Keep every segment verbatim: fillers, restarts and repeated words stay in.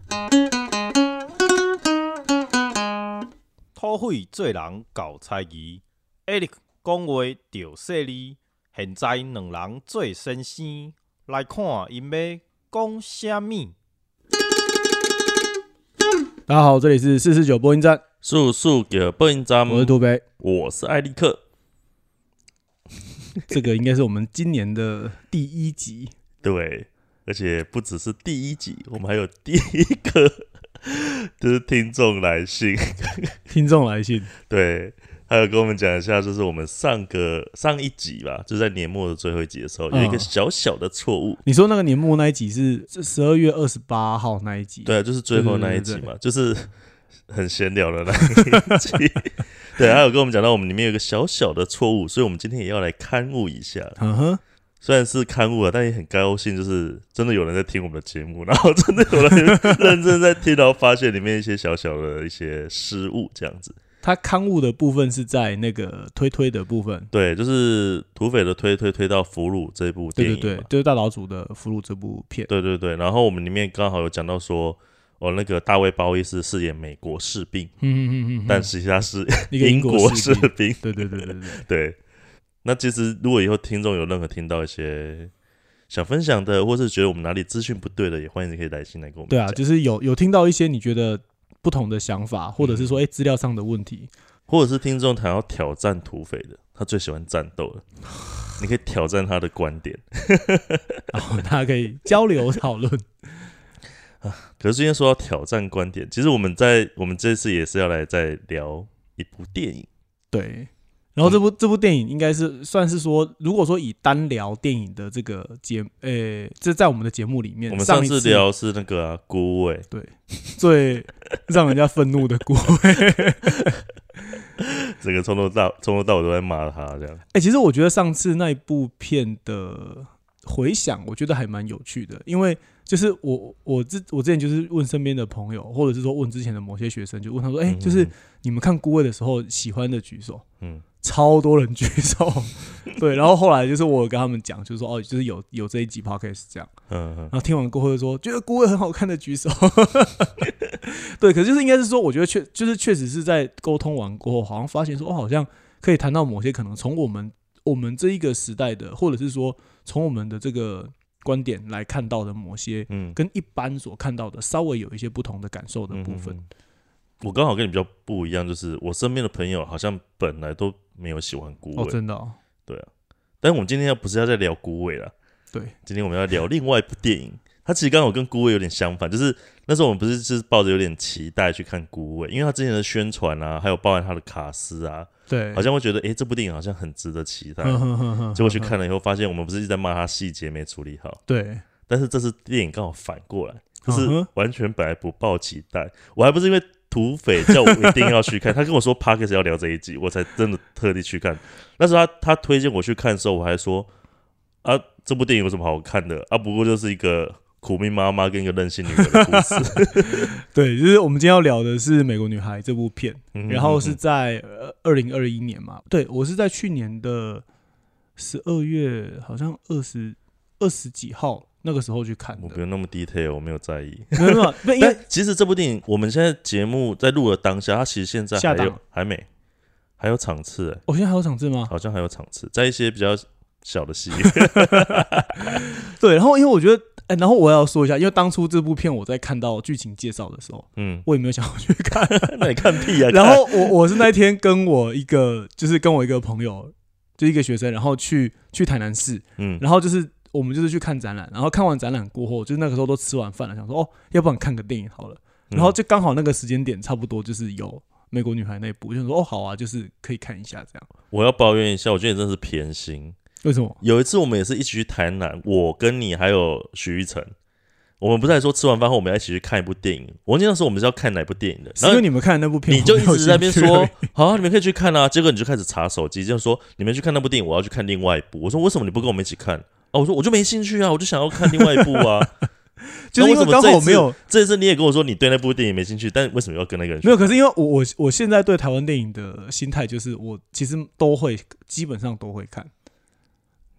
土匪做人搞猜疑 ，Eric 讲话着犀利。现在两人做先生，来看因要讲啥物。 大家好，这里是四四九播音站， 速速给播音站， 我是土北， 我是艾利克。 这个应该是我们今年的第一集， 对，而且不只是第一集，我们还有第一个就是听众来信， 听众来信， 对，还有跟我们讲一下，就是我们上个上一集吧，就是在年末的最后一集的时候，有一个小小的错误、嗯。 你说那个年末那一集是十二月二十八号那一集？ 对，就是最后那一集嘛，对对对对，就是很闲聊的那一集。对，还有跟我们讲到我们里面有一个小小的错误，所以我们今天也要来勘误一下。嗯哼，虽然是勘误了，但也很高兴，就是真的有人在听我们的节目，然后真的有人认真在听，然后发现里面一些小小的一些失误，这样子。 他刊物的部分是在那个推推的部分， 对，就是土匪的推推推到俘虏这部电影， 对对对，就是大岛主的俘虏这部片， 对对对。然后我们里面刚好有讲到说，哦，那个大卫鲍伊是饰演美国士兵，嗯嗯嗯嗯，但实际他是英国士兵， 对对对对对对。那其实如果以后听众有任何听到一些想分享的，或是觉得我们哪里资讯不对的，也欢迎你可以来信来跟我们讲。 对啊，就是有有听到一些你觉得不同的想法，或者是说哎资料上的问题， 或者是听众想要挑战土匪的，他最喜欢战斗了，你可以挑战他的观点， 然后大家可以交流讨论。 可是今天说到挑战观点，其实我们在我们这次也是要来再聊一部电影， 对。然后这部、嗯、这部电影应该是算是说，如果说以单聊电影的这个节，呃，这在我们的节目里面， 我们上次聊是那个、啊、孤味， 对，最让人家愤怒的孤味， 整个从头到从头到尾都在骂他这样。 哎、欸，其实我觉得上次那一部片的回响，我觉得还蛮有趣的，因为就是我我之我之前就是问身边的朋友，或者是说问之前的某些学生，就问他说，哎、欸，就是你们看孤味的时候喜欢的举手，嗯。超多人举手，对，然后后来就是我跟他们讲，就是说哦，就是有有这一集 podcast 这样，嗯嗯，然后听完过后就说觉得孤味很好看的举手，对，可是就是应该是说，我觉得确就是确实是在沟通完过后，好像发现说哦，好像可以谈到某些可能从我们我们这一个时代的，或者是说从我们的这个观点来看到的某些，嗯，跟一般所看到的稍微有一些不同的感受的部分。嗯嗯， 我刚好跟你比较不一样，就是我身边的朋友好像本来都没有喜欢孤味， 哦，真的哦， 对啊。但是我们今天要不是要再聊孤味啦， 对， 今天我们要聊另外一部电影，它其实刚好跟孤味有点相反，就是那时候我们不是就是抱着有点期待去看孤味，因为它之前的宣传啊，还有包含它的卡司啊， 对， 好像会觉得哎、欸，这部电影好像很值得期待，结果去看了以后，发现我们不是一直在骂它细节没处理好， 对， 但是这次电影刚好反过来，就是完全本来不抱期待，我还不是因为土匪叫我一定要去看，他跟我说 Podcast 要聊这一集，我才真的特地去看。那时候他他推荐我去看的时候，我还说啊，这部电影有什么好看的啊？不过就是一个苦命妈妈跟一个任性女人的故事。 对，就是我们今天要聊的是《美国女孩》这部片，嗯、然后是在二零二一年嘛。对，我是在去年的十二月，好像二十二十几号。那个时候去看的， 我不用那么 detail， 我没有在意。 没有没有，因为其实这部电影，我们现在节目在录的当下，它其实现在还有还没还有场次哎、欸， 我、哦、现在还有场次吗？ 好像还有场次，在一些比较小的戏。 对，然后因为我觉得，哎、欸，然后我要说一下，因为当初这部片我在看到剧情介绍的时候，嗯，我也没有想要去看， 那你看屁啊！ 然后我我是那天跟我一个，就是跟我一个朋友，就一个学生，然后去去台南市，嗯，然后就是。我们就是去看展览，然后看完展览过后，就是那个时候都吃完饭了，想说哦，要不然看个电影好了。然后就刚好那个时间点差不多，就是有《美国女孩》那一部，就说哦好啊，就是可以看一下这样。 我要抱怨一下，我觉得你真的是偏心。 为什么？ 有一次我们也是一起去台南，我跟你还有许玉成，我们不是还说吃完饭后我们要一起去看一部电影？我忘记那时候我们是要看哪部电影的？ 是因为你们看的那部片， 你就一直在那边说好、啊，你们可以去看啊。结果你就开始查手机，就说你们去看那部电影，我要去看另外一部。我说为什么你不跟我们一起看？啊，我说我就没兴趣啊，我就想要看另外一部啊。 就是因为刚好没有这一次你也跟我说你对那部电影没兴趣，但为什么要跟那个人去看？ 没有？可是因为我我我现在对台湾电影的心态就是，我其实都会基本上都会看。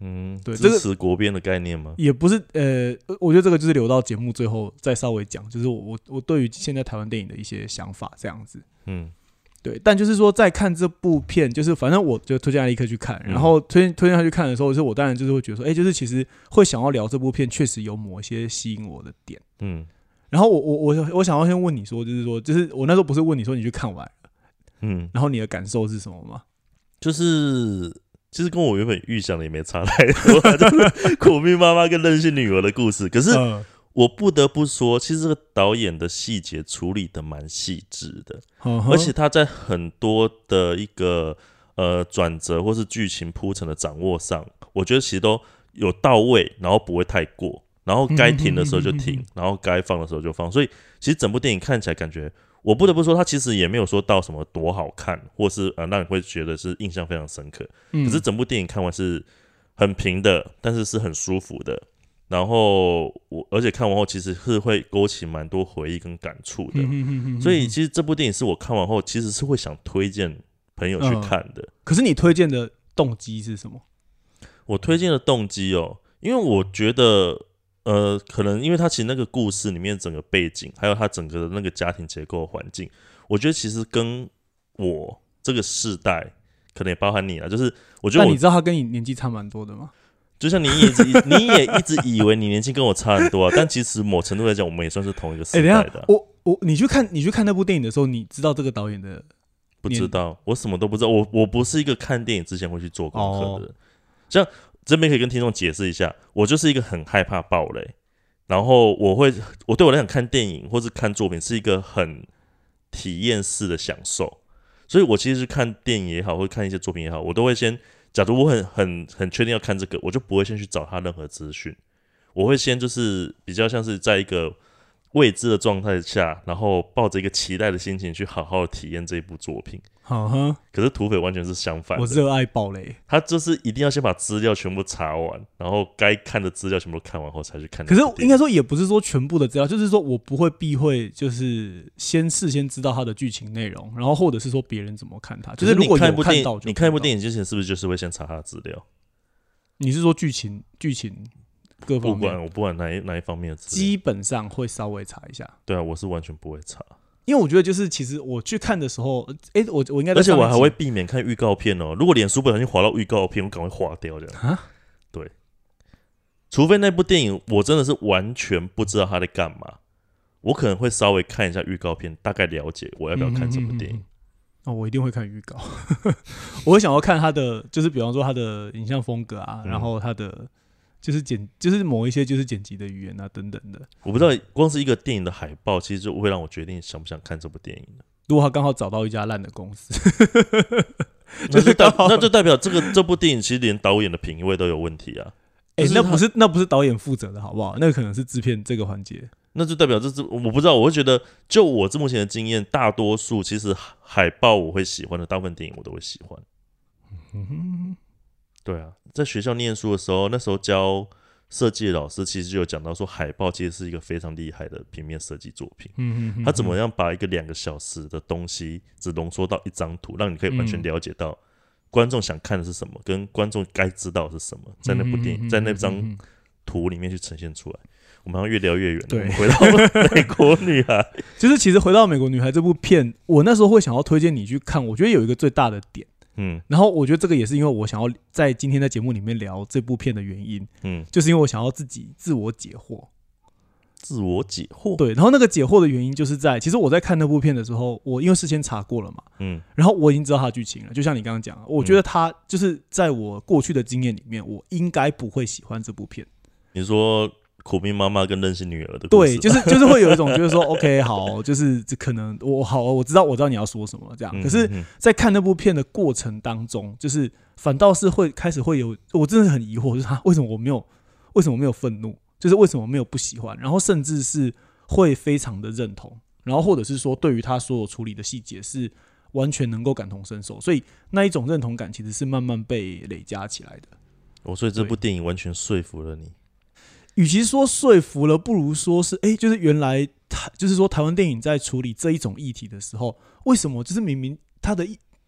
嗯， 对， 支持国边的概念吗？ 也不是，呃，我觉得这个就是留到节目最后再稍微讲，就是我我我对于现在台湾电影的一些想法这样子。嗯，对，但就是说在看这部片，就是反正我就推荐艾利克去看，然后推荐推荐他去看的时候，就是我当然就是会觉得说，哎、欸，就是其实会想要聊这部片，确实有某些吸引我的点。嗯，然后我我我我想要先问你说，就是说，就是我那时候不是问你说你去看完了，嗯，然后你的感受是什么吗？ 就是其实跟我原本预想的也没差太多，就是苦命妈妈跟任性女儿的故事。可是我不得不说，其实这个导演的细节处理的蛮细致的，而且他在很多的一个呃转折或是剧情铺陈的掌握上，我觉得其实都有到位，然后不会太过，然后该停的时候就停，然后该放的时候就放。所以其实整部电影看起来感觉，我不得不说，它其实也没有说到什么多好看，或是呃让你会觉得是印象非常深刻。可是整部电影看完是很平的，但是是很舒服的。然后我而且看完后其实是会勾起蛮多回忆跟感触的，所以其实这部电影是我看完后其实是会想推荐朋友去看的。 嗯、可是你推荐的动机是什么？ 我推荐的动机哦，因为我觉得呃，可能因为它其实那个故事里面整个背景，还有它整个的那个家庭结构环境，我觉得其实跟我这个世代，可能也包含你啦，就是我觉得我， 但你知道他跟你年纪差蛮多的吗？ 就像你也一直你也一直以为你年纪跟我差很多啊，但其实某程度来讲，我们也算是同一个时代的、啊。欸、等一下， 我我你去看你去看那部电影的时候，你知道这个导演的？ 不知道，我什么都不知道。我我不是一个看电影之前会去做功课的人。像、哦、这边可以跟听众解释一下，我就是一个很害怕爆雷，然后我会我对我来讲看电影或是看作品是一个很体验式的享受，所以我其实看电影也好，或者看一些作品也好，我都会先。假如我很很很确定要看这个，我就不会先去找他任何资讯，我会先就是比较像是在一个未知的状态下，然后抱着一个期待的心情去好好体验这一部作品。好哈，可是土匪完全是相反的， 我热爱爆雷， 他就是一定要先把资料全部查完，然后该看的资料全部看完后才去看。 可是应该说也不是说全部的资料，就是说我不会避讳，就是先事先知道他的剧情内容，然后或者是说别人怎么看他。就是如果有看到， 你看一部电影之前是不是就是会先查他的资料？ 你是说剧情剧情各方面？ 不管我不管哪一哪一方面的资料， 基本上会稍微查一下。 对啊，我是完全不会查。 因为我觉得，就是其实我去看的时候，哎、欸，我我应该， 而且我还会避免看预告片哦。如果脸书不小心滑到预告片，我赶快划掉这样。啊，对，除非那部电影我真的是完全不知道他在干嘛，我可能会稍微看一下预告片，大概了解我要不要看这部电影。嗯嗯嗯嗯哦，我一定会看预告，我会想要看他的，就是比方说他的影像风格啊，然后他的。就是剪，就是某一些就是剪辑的语言啊等等的。 我不知道，光是一个电影的海报，其实就会让我决定想不想看这部电影的。 如果他刚好找到一家烂的公司， 就是代那就代表这个这部电影其实连导演的品味都有问题啊。 哎、欸，那不是那不是导演负责的好不好？那个可能是制片这个环节。 那就代表这是我不知道，我会觉得，就我这目前的经验，大多数其实海报我会喜欢的，大部分电影我都会喜欢。嗯哼。对啊，在学校念书的时候，那时候教设计的老师其实就有讲到说，海报其实是一个非常厉害的平面设计作品。嗯嗯嗯，他怎么样把一个两个小时的东西只浓缩到一张图，让你可以完全了解到观众想看的是什么，跟观众该知道的是什么，在那部电影，在那张图里面去呈现出来。我们好像越聊越远了，对，我们回到美国女孩。 就是其实回到美国女孩这部片，我那时候会想要推荐你去看，我觉得有一个最大的点。嗯，然后我觉得这个也是因为我想要在今天在节目里面聊这部片的原因，嗯，就是因为我想要自己自我解惑， 自我解惑， 对，然后那个解惑的原因就是在，其实我在看那部片的时候，我因为事先查过了嘛，嗯，然后我已经知道它的剧情了，就像你刚刚讲，我觉得它就是在我过去的经验里面，我应该不会喜欢这部片。 你说苦命妈妈跟任性女儿的故事，对，就是就是会有一种就是说 ，OK， 好，就是可能我好，我知道我知道你要说什么这样。可是，在看那部片的过程当中，就是反倒是会开始会有，我真的很疑惑，就是他为什么我没有，为什么没有愤怒，就是为什么没有不喜欢，然后甚至是会非常的认同，然后或者是说对于他所有处理的细节是完全能够感同身受，所以那一种认同感其实是慢慢被累加起来的。 哦，所以这部电影完全说服了你。 与其说说服了，不如说是，哎、欸，就是原来台，就是说台湾电影在处理这一种议题的时候，为什么就是明明它的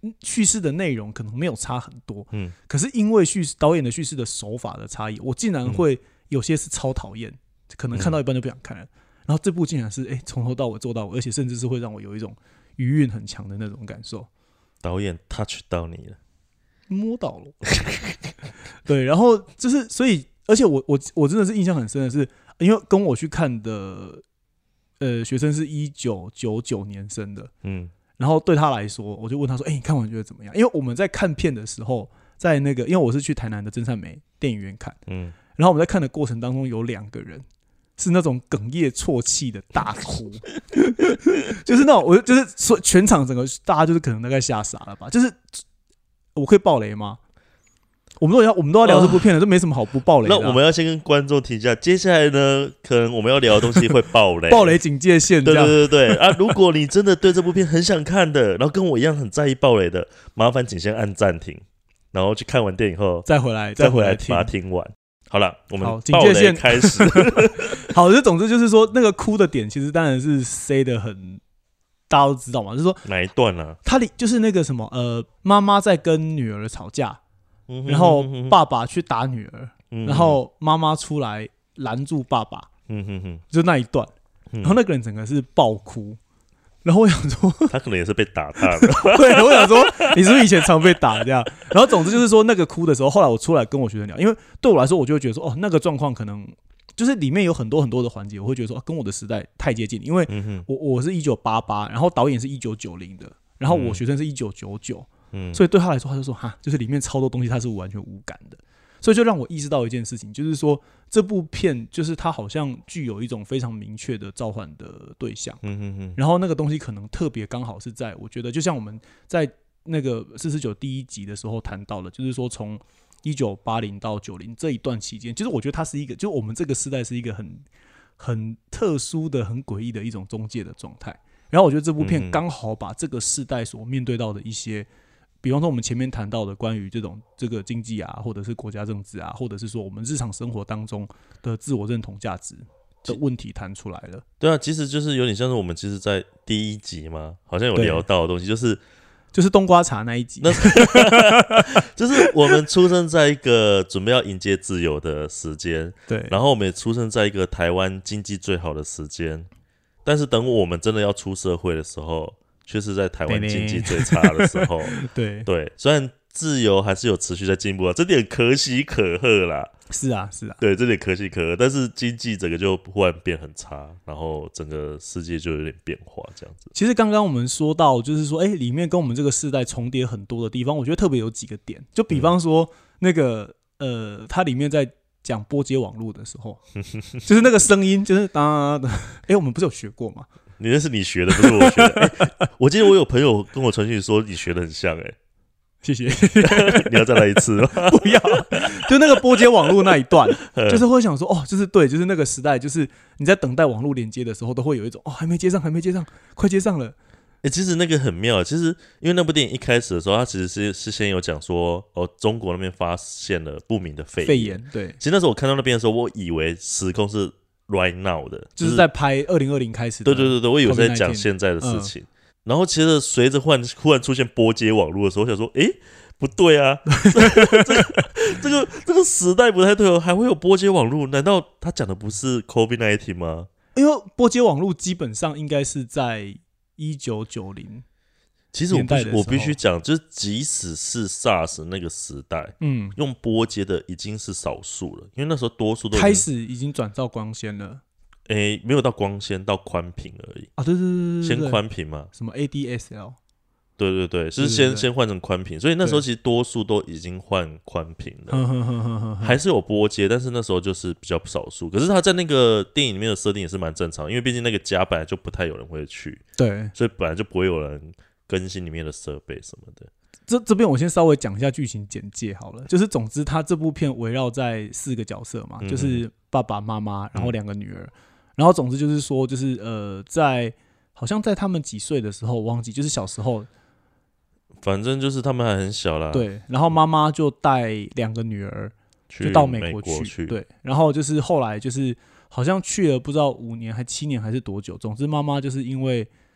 叙事的内容可能没有差很多， 嗯， 可是因为叙事导演的叙事的手法的差异，我竟然会有些是超讨厌，可能看到一半就不想看了。然后这部竟然是哎从头到尾做到尾，而且甚至是会让我有一种余韵很强的那种感受。 导演 touch 到你了， 摸到了，对，然后就是所以，而且我我我真的是印象很深的是，因为跟我去看的呃学生是一九九九年生的，嗯，然后对他来说，我就问他说：“哎、欸，你看完觉得怎么样？”因为我们在看片的时候，在那个因为我是去台南的真善美电影院看，嗯，然后我们在看的过程当中有两个人。是那种哽咽啜泣的大哭，就是那种我就是说全场整个大家就是可能大概吓傻了吧？就是我可以爆雷吗？我们都要我们都要聊这部片了，就没什么好不爆雷的、啊。 那我们要先跟观众提一下，接下来呢，可能我们要聊的东西会爆雷， 爆雷警戒线。 对对对对啊！如果你真的对这部片很想看的，然后跟我一样很在意爆雷的，麻烦请先按暂停，然后去看完电影后再回来， 再回来听把它听完。好了，我们警戒线开始。 好，就总之就是说，那个哭的点其实当然是塞的很，大家都知道嘛，就是说哪一段啊？ 他里就是那个什么呃，妈妈在跟女儿吵架，嗯、然后爸爸去打女儿，嗯、然后妈妈出来拦住爸爸，嗯、哼哼就那一段，然后那个人整个是爆哭。然后我想说， 他可能也是被打他的。 对，我想说，你是不是以前常被打这样？然后总之就是说，那个哭的时候，后来我出来跟我学生聊，因为对我来说，我就会觉得说，哦，那个状况可能就是里面有很多很多的环节，我会觉得说，啊、跟我的时代太接近，因为我我是一九八八，然后导演是一九九零的，然后我学生是一九九九，所以对他来说，他就说，哈，就是里面超多东西他是完全无感的。所以就让我意识到一件事情，就是说这部片就是它好像具有一种非常明确的召唤的对象，嗯哼哼，然后那个东西可能特别刚好是在我觉得就像我们在那个四十九第一集的时候谈到了，就是说从一九八零到九零这一段期间，就是我觉得它是一个，就是我们这个时代是一个很很特殊的、很诡异的一种中介的状态。然后我觉得这部片刚好把这个世代所面对到的一些。比方说，我们前面谈到的关于这种这个经济啊，或者是国家政治啊，或者是说我们日常生活当中的自我认同价值的问题谈出来了。 对啊，其实就是有点像是我们其实，在第一集嘛，好像有聊到的东西，就是就是冬瓜茶那一集， 那就是我们出生在一个准备要迎接自由的时间， 对， 然后我们也出生在一个台湾经济最好的时间，但是等我们真的要出社会的时候。却是在台湾经济最差的时候， 对对，虽然自由还是有持续在进步啊，这点可喜可贺啦。 是啊，是啊， 对，这点可喜可贺。但是经济整个就忽然变很差，然后整个世界就有点变化，这样子。 其实刚刚我们说到，就是说，哎、欸，里面跟我们这个世代重叠很多的地方，我觉得特别有几个点，就比方说、嗯、那个呃，它里面在讲拨接网络的时候，就是那个声音，就是当当，哎、欸，我们不是有学过吗？ 你那是你学的，不是我学的。欸、我记得我有朋友跟我传讯说你学的很像、欸，哎， 谢谢。 你要再来一次吗？ 不要，就那个拨接网络那一段，就是会想说，哦，就是对，就是那个时代，就是你在等待网络连接的时候，都会有一种，哦，还没接上，还没接上，快接上了。 哎、欸，其实那个很妙，其实因为那部电影一开始的时候，它其实是是先有讲说，哦，中国那边发现了不明的肺炎。 肺炎，对。 其实那时候我看到那边的时候，我以为时空是。right now 的， 就是、就是在拍二零二零开始的。 对对对对，我以为是在讲现在的事情。嗯、然后其实随着忽然忽然出现拨接网络的时候，我想说，哎，不对啊，这个这个这个时代不太对哦，还会有拨接网络？难道他讲的不是 COVID 十九 吗？ 因为拨接网络基本上应该是在一九九零。 其实我必须我必须讲，就是即使是 SARS 那个时代，嗯，用拨接的已经是少数了，因为那时候多数都开始已经转到光纤了， 诶，没有到光纤，到宽频而已啊，对对对对， 先宽频嘛， 什么 A D S L， 对对对，是先对对对先换成宽频，所以那时候其实多数都已经换宽频了，还是有拨接，但是那时候就是比较少数。可是他在那个电影里面的设定也是蛮正常，因为毕竟那个家本来就不太有人会去， 对， 所以本来就不会有人。更新里面的设备什么的， 这这边我先稍微讲一下剧情简介好了。就是总之，他这部片围绕在四个角色嘛，嗯、就是爸爸妈妈，然后两个女儿，嗯、然后总之就是说，就是呃，在好像在他们几岁的时候，忘记就是小时候， 反正就是他们还很小啦。 对，然后妈妈就带两个女儿就到美国 去, 美国去， 对，然后就是后来就是好像去了不知道五年还七年还是多久，总之妈妈就是因为。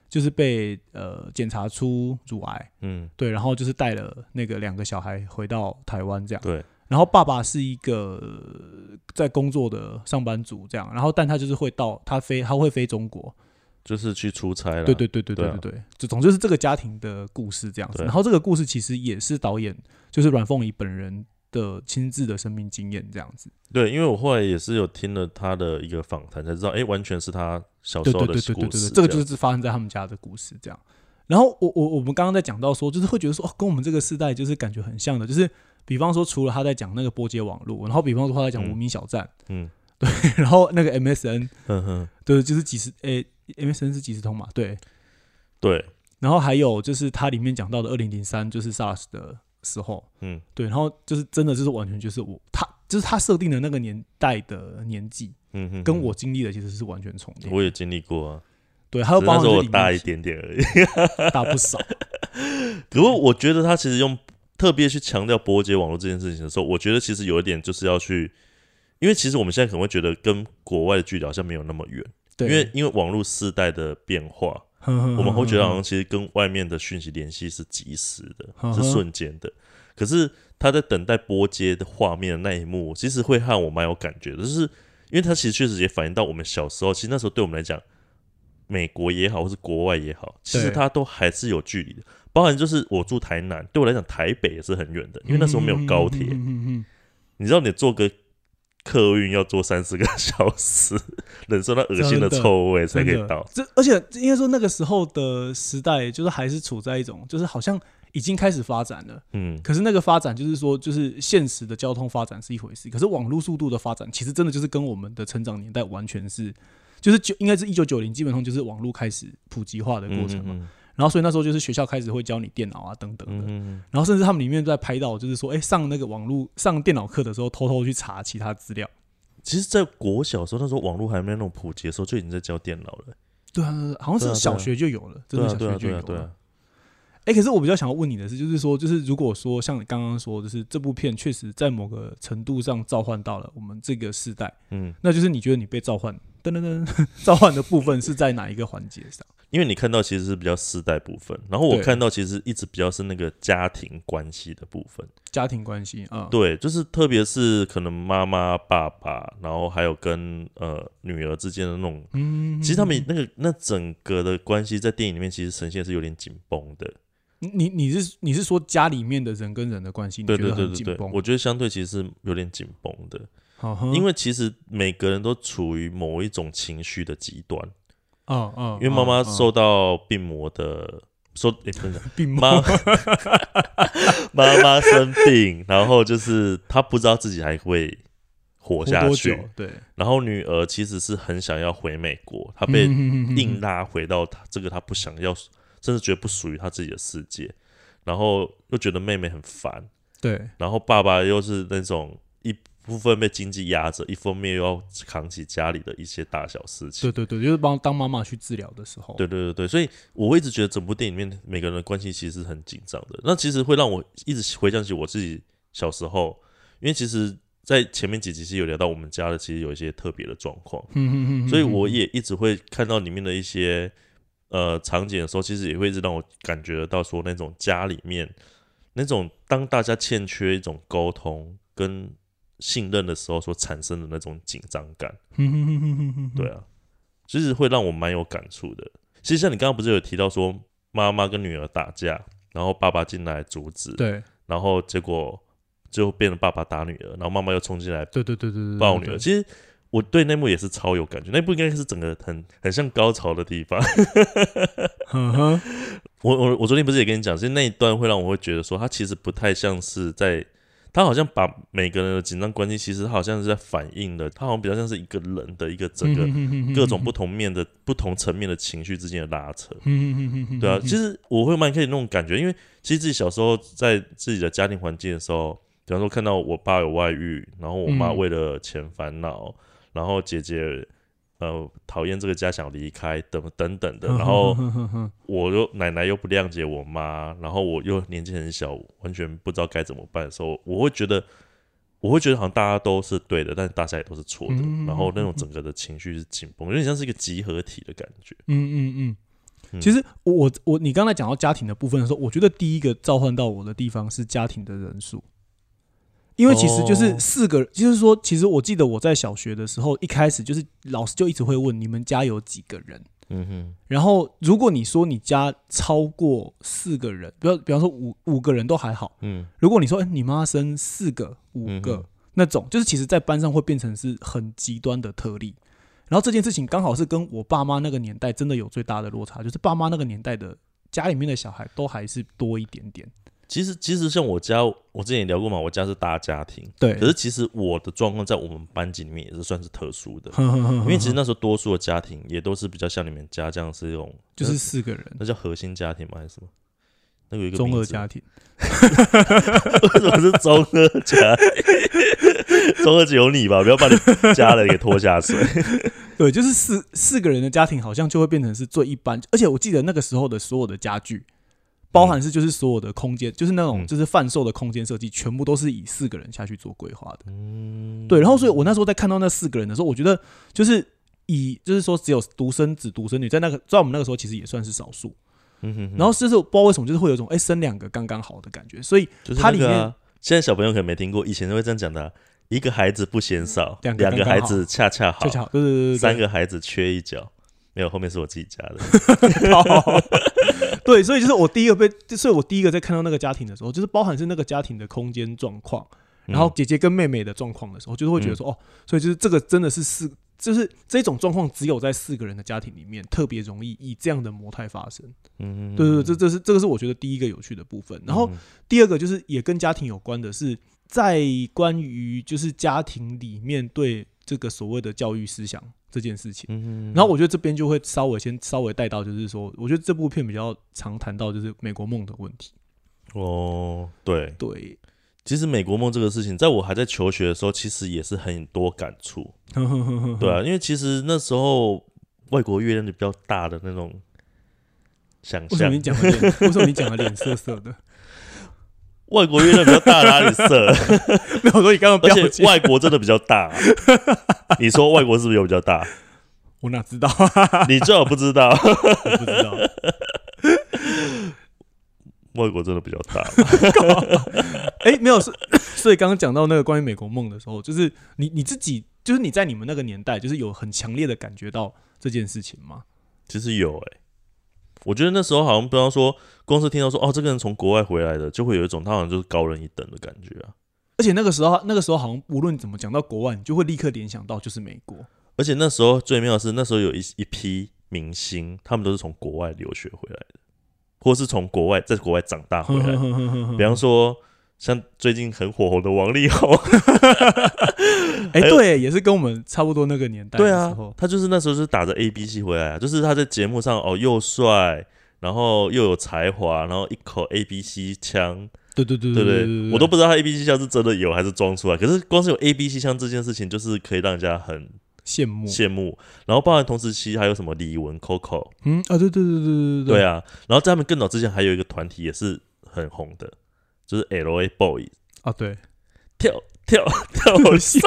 就是被呃检查出乳癌， 嗯， 对，然后就是带了那个两个小孩回到台湾这样， 对， 然后爸爸是一个在工作的上班族这样，然后但他就是会到他飞他会飞中国， 就是去出差了， 对对对对对对对，对啊、就总之是这个家庭的故事这样子，然后这个故事其实也是导演就是阮凤仪本人的亲自的生命经验这样子。 对，因为我后来也是有听了他的一个访谈，才知道，哎，完全是他小时候的故事。对对对对对， 这个就是发生在他们家的故事这样。然后我我我们刚刚在讲到说，就是会觉得说，哦，跟我们这个世代就是感觉很像的，就是比方说，除了他在讲那个波接网络，然后比方说他在讲无名小站，嗯，对，然后那个 M S N， 嗯哼，对，就是即时，诶 ，M S N 是即时通嘛，对， 对。 然后还有就是它里面讲到的二零零三，就是 SARS 的时候，嗯，对，然后就是真的就是完全就是我他就是他设定的那个年代的年纪，嗯哼，跟我经历的其实是完全重叠。 我也经历过啊， 对，还有包含那时候我大一点点而已， 大不少。 可是我觉得他其实用特别去强调波接网络这件事情的时候，我觉得其实有一点就是要去，因为其实我们现在可能会觉得跟国外的距离好像没有那么远，因为因为网络世代的变化。我们会觉得好像其实跟外面的讯息联系是即时的，是瞬间的。可是他在等待拨接的画面的那一幕，其实会和我蛮有感觉的，就是因为他其实确实也反映到我们小时候，其实那时候对我们来讲，美国也好，或是国外也好，其实它都还是有距离的。包含就是我住台南，对我来讲台北也是很远的，因为那时候没有高铁。你知道你坐个客运要坐三四个小时，忍受那恶心的臭味才可以到。 这而且应该说那个时候的时代，就是还是处在一种，就是好像已经开始发展了。嗯，可是那个发展就是说，就是现实的交通发展是一回事，可是网络速度的发展，其实真的就是跟我们的成长年代完全是，就是应该是一九九零，基本上就是网络开始普及化的过程嘛。嗯嗯嗯，然后所以那时候就是学校开始会教你电脑啊等等的，嗯、然后甚至他们里面在拍到，就是说，哎，上那个网络上电脑课的时候，偷偷去查其他资料。 其实，在国小的时候，那时候网络还没有那种普及的时候，就已经在教电脑了。 对啊，好像是小学就有了，真的小学就有了。 对啊。 哎，可是我比较想要问你的是，就是说，就是如果说像你刚刚说，就是这部片确实在某个程度上召唤到了我们这个世代，嗯，那就是你觉得你被召唤，噔噔噔，召唤的部分是在哪一个环节上？ 因为你看到其实是比较世代部分，然后我看到其实一直比较是那个家庭关系的部分。 家庭关系啊，嗯、 对，就是特别是可能妈妈、爸爸，然后还有跟呃女儿之间的那种，嗯，其实他们那个那整个的关系在电影里面其实呈现是有点紧绷的。 你你是你是说家里面的人跟人的关系，你觉得很紧绷？对对对对对， 我觉得相对其实是有点紧绷的，因为其实每个人都处于某一种情绪的极端。 哦哦， 因为妈妈受到病魔的，说诶、欸、不是病魔， 妈妈生病，然后就是她不知道自己还会活下去， 活对。 然后女儿其实是很想要回美国，她被硬拉回到她这个她不想要，甚至觉得不属于她自己的世界，然后又觉得妹妹很烦， 对。 然后爸爸又是那种一部分被经济压着，一方面又要扛起家里的一些大小事情。 对对对，就是帮当妈妈去治疗的时候。 对对对对，所以我会一直觉得整部电影里面每个人的关系其实是很紧张的。那其实会让我一直回想起我自己小时候，因为其实，在前面几集其实有聊到我们家的其实有一些特别的状况，所以我也一直会看到里面的一些呃场景的时候，其实也会一直让我感觉得到说那种家里面那种当大家欠缺一种沟通跟信任的时候所产生的那种紧张感，对啊，其实会让我蛮有感触的。其实像你刚刚不是有提到说妈妈跟女儿打架，然后爸爸进来阻止， 对， 然后结果最后变成爸爸打女儿，然后妈妈又冲进来， 对对对对抱女儿。其实我对那幕也是超有感觉，那部应该是整个很很像高潮的地方。我我我昨天不是也跟你讲，其实那一段会让我会觉得说，他其实不太像是在。他好像把每个人的紧张关系，其实他好像是在反映的，他好像比较像是一个人的一个整个各种不同面的、不同层面的情绪之间的拉扯。对啊，其实我会蛮可以那种感觉，因为其实自己小时候在自己的家庭环境的时候，比方说看到我爸有外遇，然后我妈为了钱烦恼，然后姐姐呃讨厌这个家想离开等等等的，然后我又奶奶又不谅解我妈，然后我又年纪很小，完全不知道该怎么办的时候，我会觉得我会觉得好像大家都是对的，但是大家也都是错的，然后那种整个的情绪是紧绷，有点像是一个集合体的感觉。 嗯嗯嗯。 其实我我你刚才讲到家庭的部分的时候，我觉得第一个召唤到我的地方是家庭的人数，因为其实就是四个，就是说，其实我记得我在小学的时候，一开始就是老师就一直会问你们家有几个人，嗯哼，然后如果你说你家超过四个人，比方比方说五五个人都还好，嗯，如果你说、欸、你妈生四个、五个、嗯、那种，就是其实在班上会变成是很极端的特例。然后这件事情刚好是跟我爸妈那个年代真的有最大的落差，就是爸妈那个年代的家里面的小孩都还是多一点点。 其实，其实像我家，我之前也聊过嘛，我家是大家庭， 对。 可是其实我的状况在我们班级里面也是算是特殊的，因为其实那时候多数的家庭也都是比较像你们家这样是这种， 就是四个人， 那叫核心家庭吗？还是什么？那个有一个中二家庭。 为什么是中二家庭？中二只有你吧，不要把你家人给拖下水。 对，就是四四个人的家庭好像就会变成是最一般，而且我记得那个时候的所有的家具，包含是就是所有的空间，嗯、就是那种就是贩售的空间设计，全部都是以四个人下去做规划的。嗯，对。然后所以我那时候在看到那四个人的时候，我觉得就是以就是说只有独生子独生女，在那个在我们那个时候其实也算是少数。嗯哼哼，然后就是不知道为什么，就是会有一种哎、欸、生两个刚刚好的感觉，所以它里面、就是那个啊、 现在小朋友可能没听过，以前都会这样讲的、啊，一个孩子不嫌少，两个孩子恰恰好， 恰恰好，对对 对, 对， 三个孩子缺一角，没有，后面是我自己家的。 对，所以就是我第一个被，所以我第一个在看到那个家庭的时候，就是包含是那个家庭的空间状况，然后姐姐跟妹妹的状况的时候，就是会觉得说、嗯、哦，所以就是这个真的是四。就是这种状况只有在四个人的家庭里面特别容易以这样的模态发生。嗯，对对对，这这是这个是我觉得第一个有趣的部分。然后第二个就是也跟家庭有关的是，在关于就是家庭里面对这个所谓的教育思想这件事情。嗯，然后我觉得这边就会稍微先稍微带到，就是说，我觉得这部片比较常谈到就是美国梦的问题。 哦，对对。 其实美国梦这个事情，在我还在求学的时候，其实也是很多感触。对啊，因为其实那时候外国月亮就比较大的那种想象。为什么你讲的脸？为什么你讲的脸色色的？ 外国月亮比较大，哪里色？ 没有说你刚刚， 而且外国真的比较大、啊。你说外国是不是有比较大？ 我哪知道？ 你最好不知道。 我不知道。 外国真的比较大， 哎、欸，没有，所以刚刚讲到那个关于美国梦的时候，就是你你自己，就是你在你们那个年代，就是有很强烈的感觉到这件事情吗？ 其实有哎、欸，我觉得那时候好像，比方说，公司听到说哦，这个人从国外回来的，就会有一种他好像就是高人一等的感觉啊。 而且那个时候，那个时候好像无论怎么讲到国外，你就会立刻联想到就是美国。 而且那时候最妙的是，那时候有一一批明星，他们都是从国外留学回来的。或是从国外在国外长大回来，比方说像最近很火红的王力宏， 哎、欸，对，也是跟我们差不多那个年代的时候。 对啊，他就是那时候是打着 A B C 回来啊，就是他在节目上哦又帅，然后又有才华，然后一口 A B C 腔， 对对对对对对，我都不知道他 A B C 腔是真的有还是装出来，可是光是有 A B C 腔这件事情，就是可以让人家很。 羡慕羡慕，然后包含同时期还有什么李玟 Coco， 嗯啊，对对对对对对， 对啊，然后在他们更早之前还有一个团体也是很红的，就是 L A Boys 啊，对， 跳跳跳戏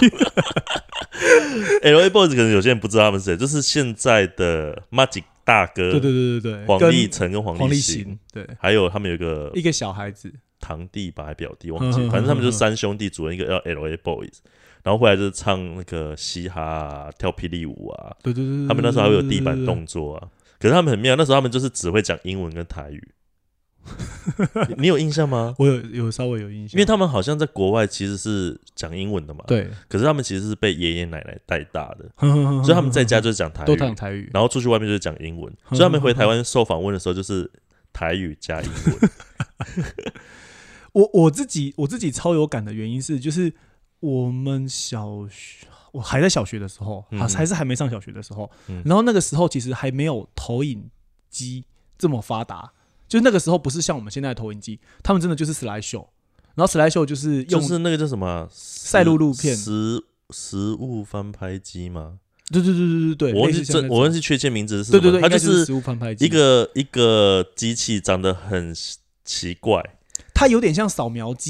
，L A Boys 可能有些人不知道他们是谁，就是现在的 Magic 大哥， 对对对对对， 黄立成跟黄立行， 行， 对， 还有他们有一个一个小孩子， 堂弟吧还表弟忘记，反正他们就是三兄弟组成一个叫 L A Boys。然后后来就是唱那个嘻哈啊，跳霹雳舞啊， 对对 对, 對， 他们那时候还会有地板动作啊。可是他们很妙，那时候他们就是只会讲英文跟台语。你, 你有印象吗？ 我有有稍微有印象， 因为他们好像在国外其实是讲英文的嘛， 对。 可是他们其实是被爷爷奶奶带大的，所以他们在家就是讲台语， 都讲台语， 然后出去外面就是讲英文。所以他们回台湾受访问的时候就是台语加英文。 我我自己我自己超有感的原因是就是。我们小学，我还在小学的时候，嗯、还是还没上小学的时候、嗯，然后那个时候其实还没有投影机这么发达，就是那个时候不是像我们现在的投影机，他们真的就是 slide show， 然后 slide show 就是用就是那个叫什么赛璐璐片实实物翻拍机吗？ 对对对对对对， 我忘记这我忘记确切名字是什么， 对对对， 它就是实物翻拍机， 一个一个机器长得很奇怪， 它有点像扫描机。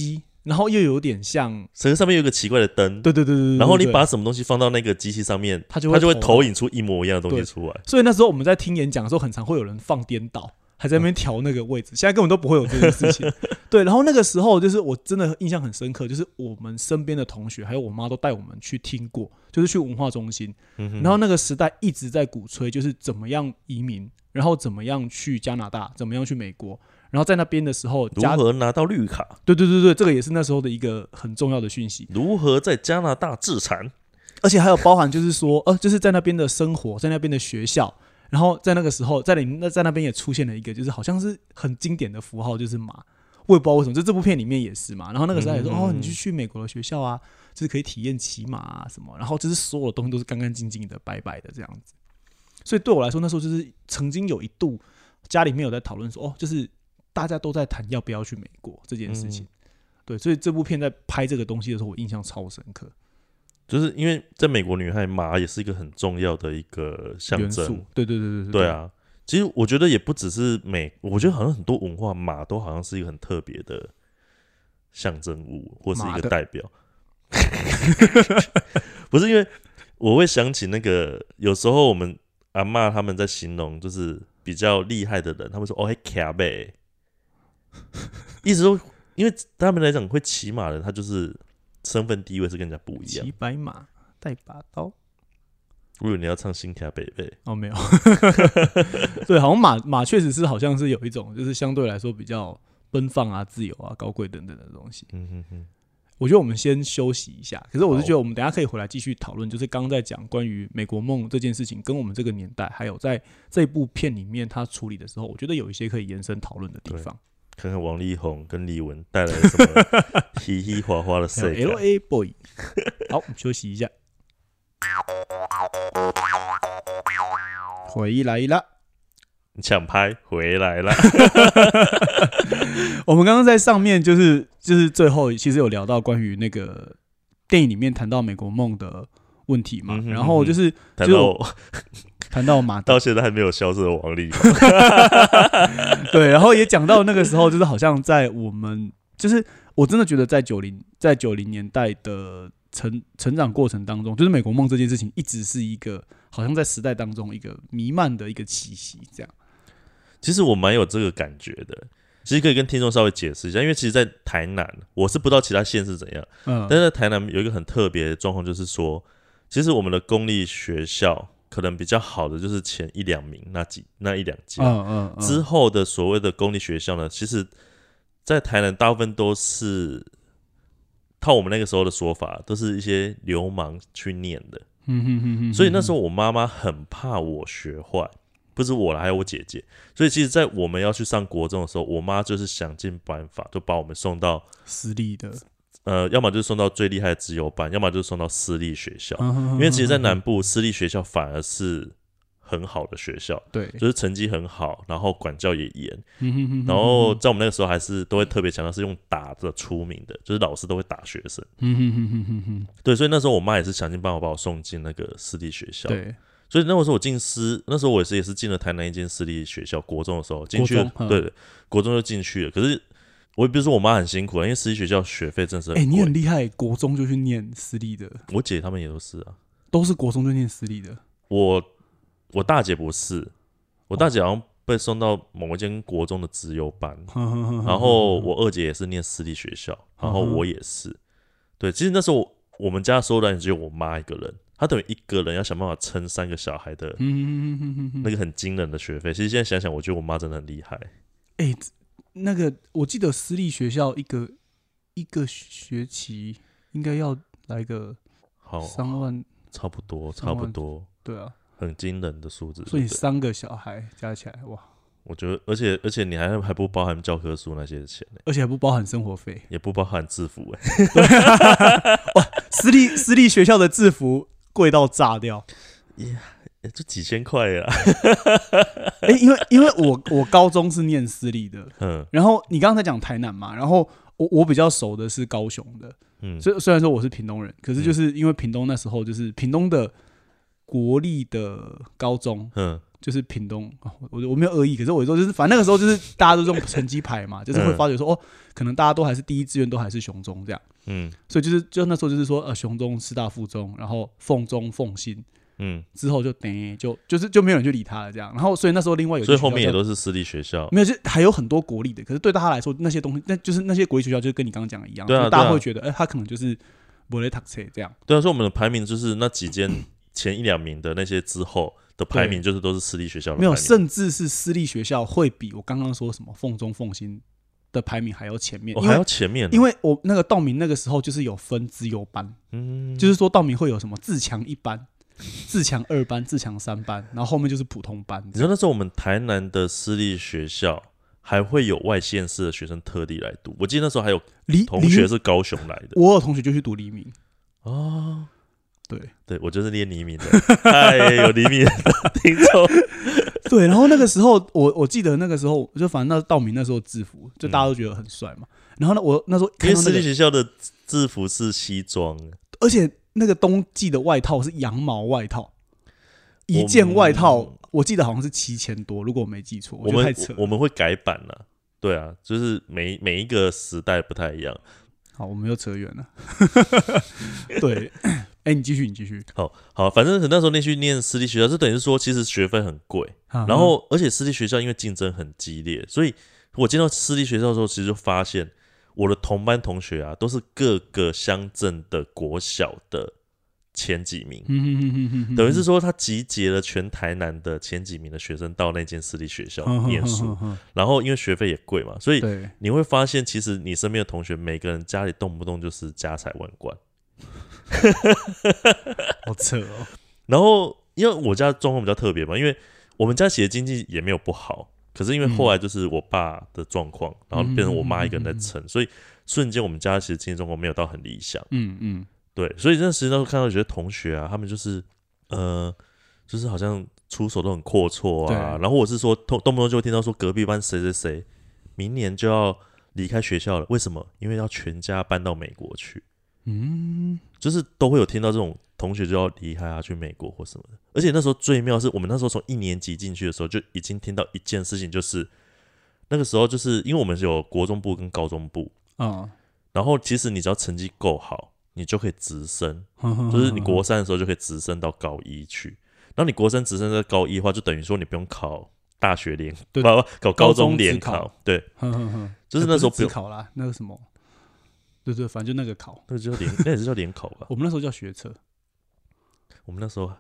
然后又有点像， 绳上面有一个奇怪的灯， 对对对 对, 对, 对， 然后你把什么东西放到那个机器上面， 它就会它就会投影出一模一样的东西出来。 所以那时候我们在听演讲的时候，很常会有人放颠倒，还在那边调那个位置，现在根本都不会有这件事情。对，然后那个时候就是我真的印象很深刻，就是我们身边的同学还有我妈都带我们去听过，就是去文化中心，嗯、然后那个时代一直在鼓吹，就是怎么样移民，然后怎么样去加拿大，怎么样去美国，然后在那边的时候如何拿到绿卡？ 对对对对，这个也是那时候的一个很重要的讯息。 如何在加拿大置产？ 而且还有包含就是说，呃，就是在那边的生活，在那边的学校。然后在那个时候，在那在那边也出现了一个，就是好像是很经典的符号，就是马。我也不知道为什么，就这部片里面也是嘛。然后那个时候也说，嗯、哦，你去去美国的学校啊，就是可以体验骑马啊什么。然后就是所有的东西都是干干净净的、白白的这样子。所以对我来说，那时候就是曾经有一度家里面有在讨论说，哦，就是大家都在谈要不要去美国这件事情。嗯、对，所以这部片在拍这个东西的时候，我印象超深刻。 就是因为在美国，女孩马也是一个很重要的一个象征。 对对对对对。 对啊，其实我觉得也不只是美，我觉得好像很多文化马都好像是一个很特别的象征物，或是一个代表。不是因为我会想起那个，有时候我们阿嬷他们在形容就是比较厉害的人，他们说哦，还骑呗，意思说，因为他们来讲会骑马的人，他就是身份地位是跟人家不一样。 骑白马，带把刀。 如果你要唱《新卡北北》 哦，没有。对，好像马马确实是好像是有一种，就是相对来说比较奔放啊、自由啊、高贵等等的东西。嗯哼哼。我觉得我们先休息一下，可是我是觉得我们等一下可以回来继续讨论，就是刚刚在讲关于美国梦这件事情，跟我们这个年代，还有在这部片里面他处理的时候，我觉得有一些可以延伸讨论的地方。 看看王力宏跟李玟带来什么嘻嘻花花的世界。 L A Boy。好，我们休息一下。回来了， 抢拍回来了。 我们刚刚在上面就是就是最后其实有聊到关于那个电影里面谈到美国梦的问题嘛，嗯、哼哼然后就是谈到谈到马到现在还没有消失的王力宏。 对，然后也讲到那个时候就是好像在我们就是我真的觉得在九零在九零年代的成成长过程当中，就是美国梦这件事情一直是一个好像在时代当中一个弥漫的一个气息，这样。 其实我蛮有这个感觉的，其实可以跟听众稍微解释一下，因为其实，在台南，我是不知道其他县是怎样，嗯，但是在台南有一个很特别的状况，就是说，其实我们的公立学校可能比较好的就是前一两名那几那一两届，嗯嗯嗯，之后的所谓的公立学校呢，其实，在台南大部分都是。套我们那个时候的说法，都是一些流氓去念的，嗯、哼哼哼所以那时候我妈妈很怕我学坏，不是我啦，还有我姐姐。所以其实，在我们要去上国中的时候，我妈就是想尽办法，就把我们送到私立的， 呃，要么就是送到最厉害的资优班，要么就是送到私立学校。嗯、哼哼哼因为其实，在南部私立学校反而是很好的学校， 对， 就是成绩很好，然后管教也严，嗯、然后在我们那个时候还是都会特别强调是用打的出名的，就是老师都会打学生，嗯、对，所以那时候我妈也是想尽办法把我送进那个私立学校， 对， 所以那个时候我进私，那时候我也是也是进了台南一间私立学校，国中的时候进去了，对，国中就进去了，可是我也不是说我妈很辛苦，因为私立学校学费真是很贵， 哎、欸，你很厉害，国中就去念私立的， 我姐他们也都是啊， 都是国中就念私立的， 我。我大姐不是，我大姐好像被送到某一间国中的资优班，然后我二姐也是念私立学校，然后我也是。对，其实那时候我们家所有人只有我妈一个人，她等于一个人要想办法撑三个小孩的那个很惊人的学费。其实现在想想，我觉得我妈真的很厉害。 哎、欸，那个我记得私立学校一个一个学期应该要来个三万， 差不多，差不多， 对啊。 很惊人的数字， 所以三个小孩加起来，哇！ 我觉得，而且而且你还还不包含教科书那些钱呢、欸， 而且还不包含生活费， 也不包含制服哎、 欸。哇，私立私立学校的制服贵到炸掉， 呀、yeah, 就几千块呀。 哎、欸，因为因为我我高中是念私立的，嗯，然后你刚才讲台南嘛，然后我我比较熟的是高雄的，嗯，虽虽然说我是屏东人，可是就是因为屏东那时候就是屏东的。国立的高中，嗯， 就是屏东，我我没有恶意，可是我说就是反正那个时候就是大家都用成绩排嘛，就是会发觉说、嗯、哦，可能大家都还是第一志愿都还是雄中这样，嗯，所以就是就那时候就是说呃雄中、师大附中，然后凤中、凤新。嗯，之后就等就就是就没有人去理他了这样，然后所以那时候另外有所以后面也都是私立学校， 没有，就还有很多国立的，可是对他来说那些东西，那就是那些国立学校，就是跟你刚刚讲的一样， 对啊， 大家会觉得，哎、欸，他可能就是不会读册这样。 对啊，所以我们的排名就是那几间前一两名的那些之后的排名，就是都是私立学校的排名， 没有，甚至是私立学校会比我刚刚说什么凤中、凤新的排名还要前面， 哦、还要前面、啊， 因为我那个道明那个时候就是有分资优班，嗯，就是说道明会有什么自强一班。自强二班、自强三班，然后后面就是普通班。 你知道那时候我们台南的私立学校还会有外县市的学生特地来读，我记得那时候还有同学是高雄来的。 我有同学就去读黎明哦， 对对，我就是念黎明的，太有黎明的听众。 对，然后那个时候我我记得那个时候就反正那道明那时候制服，就大家都觉得很帅嘛。嗯、然后呢，我那时候看到、那个、 因为私立学校的制服是西装， 而且。那个冬季的外套是羊毛外套，一件外套 我, 我记得好像是七千多，如果我没记错，我觉得太扯了。 我们会改版了、啊，对啊，就是每每一个时代不太一样。 好，我们又扯远了。对，哎、欸，你继续，你继续。 好好，反正那时候那去念私立学校，就等于是说，其实学费很贵，然后而且私立学校因为竞争很激烈，所以我进到私立学校的时候，其实就发现。我的同班同学啊，都是各个乡镇的国小的前几名，等于是说他集结了全台南的前几名的学生到那间私立学校念书，然后因为学费也贵嘛，所以你会发现，其实你身边的同学每个人家里动不动就是家财万贯， 好扯哦。 然后因为我家状况比较特别嘛，因为我们家其实经济也没有不好。可是因为后来就是我爸的状况、嗯，然后变成我妈一个人在撑、嗯嗯嗯嗯，所以瞬间我们家其实经济状况没有到很理想。嗯嗯，对，所以那时候看到有些同学啊，他们就是呃，就是好像出手都很阔绰啊，然后我是说动动不动就会听到说隔壁班谁谁谁明年就要离开学校了，为什么？因为要全家搬到美国去。嗯，就是都会有听到这种。同学就要离开啊，去美国或什么的。而且那时候最妙是我们那时候从一年级进去的时候，就已经听到一件事情，就是那个时候就是因为我们是有国中部跟高中部，嗯，然后其实你只要成绩够好，你就可以直升，就是你国三的时候就可以直升到高一去。然后你国三直升到高一的话，就等于说你不用考大学联，不不考高中联考，对，呵呵呵就是那时候不用考啦，那个什么，对对，反正就那个考， 那个叫联，那也是叫联考吧？ 我们那时候叫学测。 我们那时候，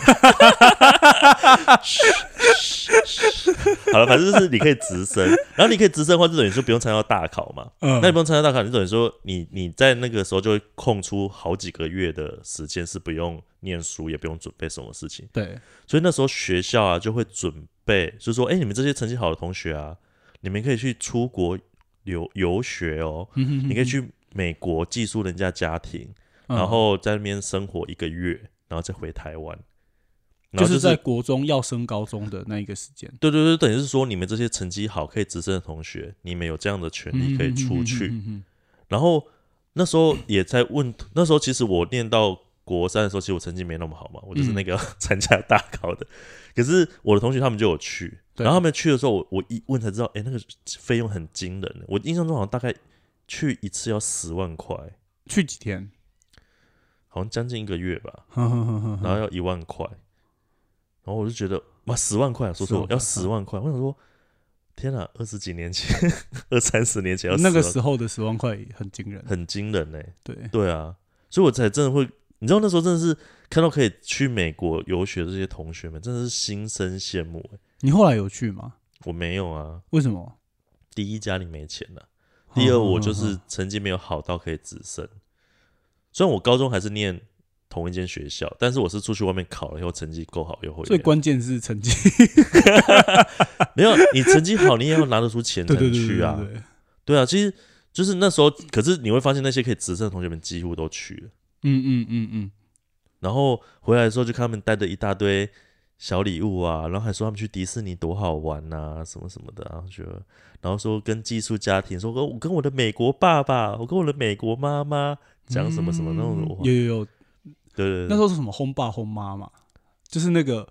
好了，反正就是你可以直升，然后你可以直升的话，就等于说不用参加大考嘛。嗯，那你不用参加大考，就等于说你你在那个时候就会空出好几个月的时间，是不用念书，也不用准备什么事情。 对， 所以那时候学校啊就会准备，就是说，哎、欸，你们这些成绩好的同学啊，你们可以去出国游游学哦，你可以去美国寄宿人家家庭，然后在那边生活一个月。然后再回台湾， 然后就是、就是在国中要升高中的那一个时间。 对对对，等于是说你们这些成绩好可以直升的同学，你们有这样的权利可以出去。嗯嗯嗯嗯、然后那时候也在问，那时候其实我念到国三的时候，其实我成绩没那么好嘛，我就是那个参加大考的。可是我的同学他们就有去，然后他们去的时候，我我一问才知道，哎，那个费用很惊人。我印象中好像大概去一次要十万块， 去几天？ 好像将近一个月吧，然后要一万块，然后我就觉得哇，十万块啊，说错了，要十万块。我想说，天哪，二十几年前，二三十年前要那个时候的十万块很惊人， 很惊人呢、欸。 对对啊，所以我才真的会，你知道那时候真的是看到可以去美国游学的这些同学们，真的是心生羡慕、欸。 你后来有去吗？ 我没有啊， 为什么？ 第一，家里没钱了、啊；第二，我就是成绩没有好到可以直升。虽然我高中还是念同一间学校，但是我是出去外面考了以后成绩够好又回来。 最关键是成绩， 没有你成绩好，你也要拿得出钱才能去啊。 对, 对, 对, 对, 对, 对啊，其实就是那时候，可是你会发现那些可以直升的同学们几乎都去了。 嗯嗯嗯嗯。 然后回来的时候就看他们带着一大堆小礼物啊，然后还说他们去迪士尼多好玩啊，什么什么的啊，觉得，然后说跟寄宿家庭说，我跟我的美国爸爸，我跟我的美国妈妈。讲什么什么那种、 嗯、有有有， 对对对， 那时候是什么轰爸轰妈嘛，就是那个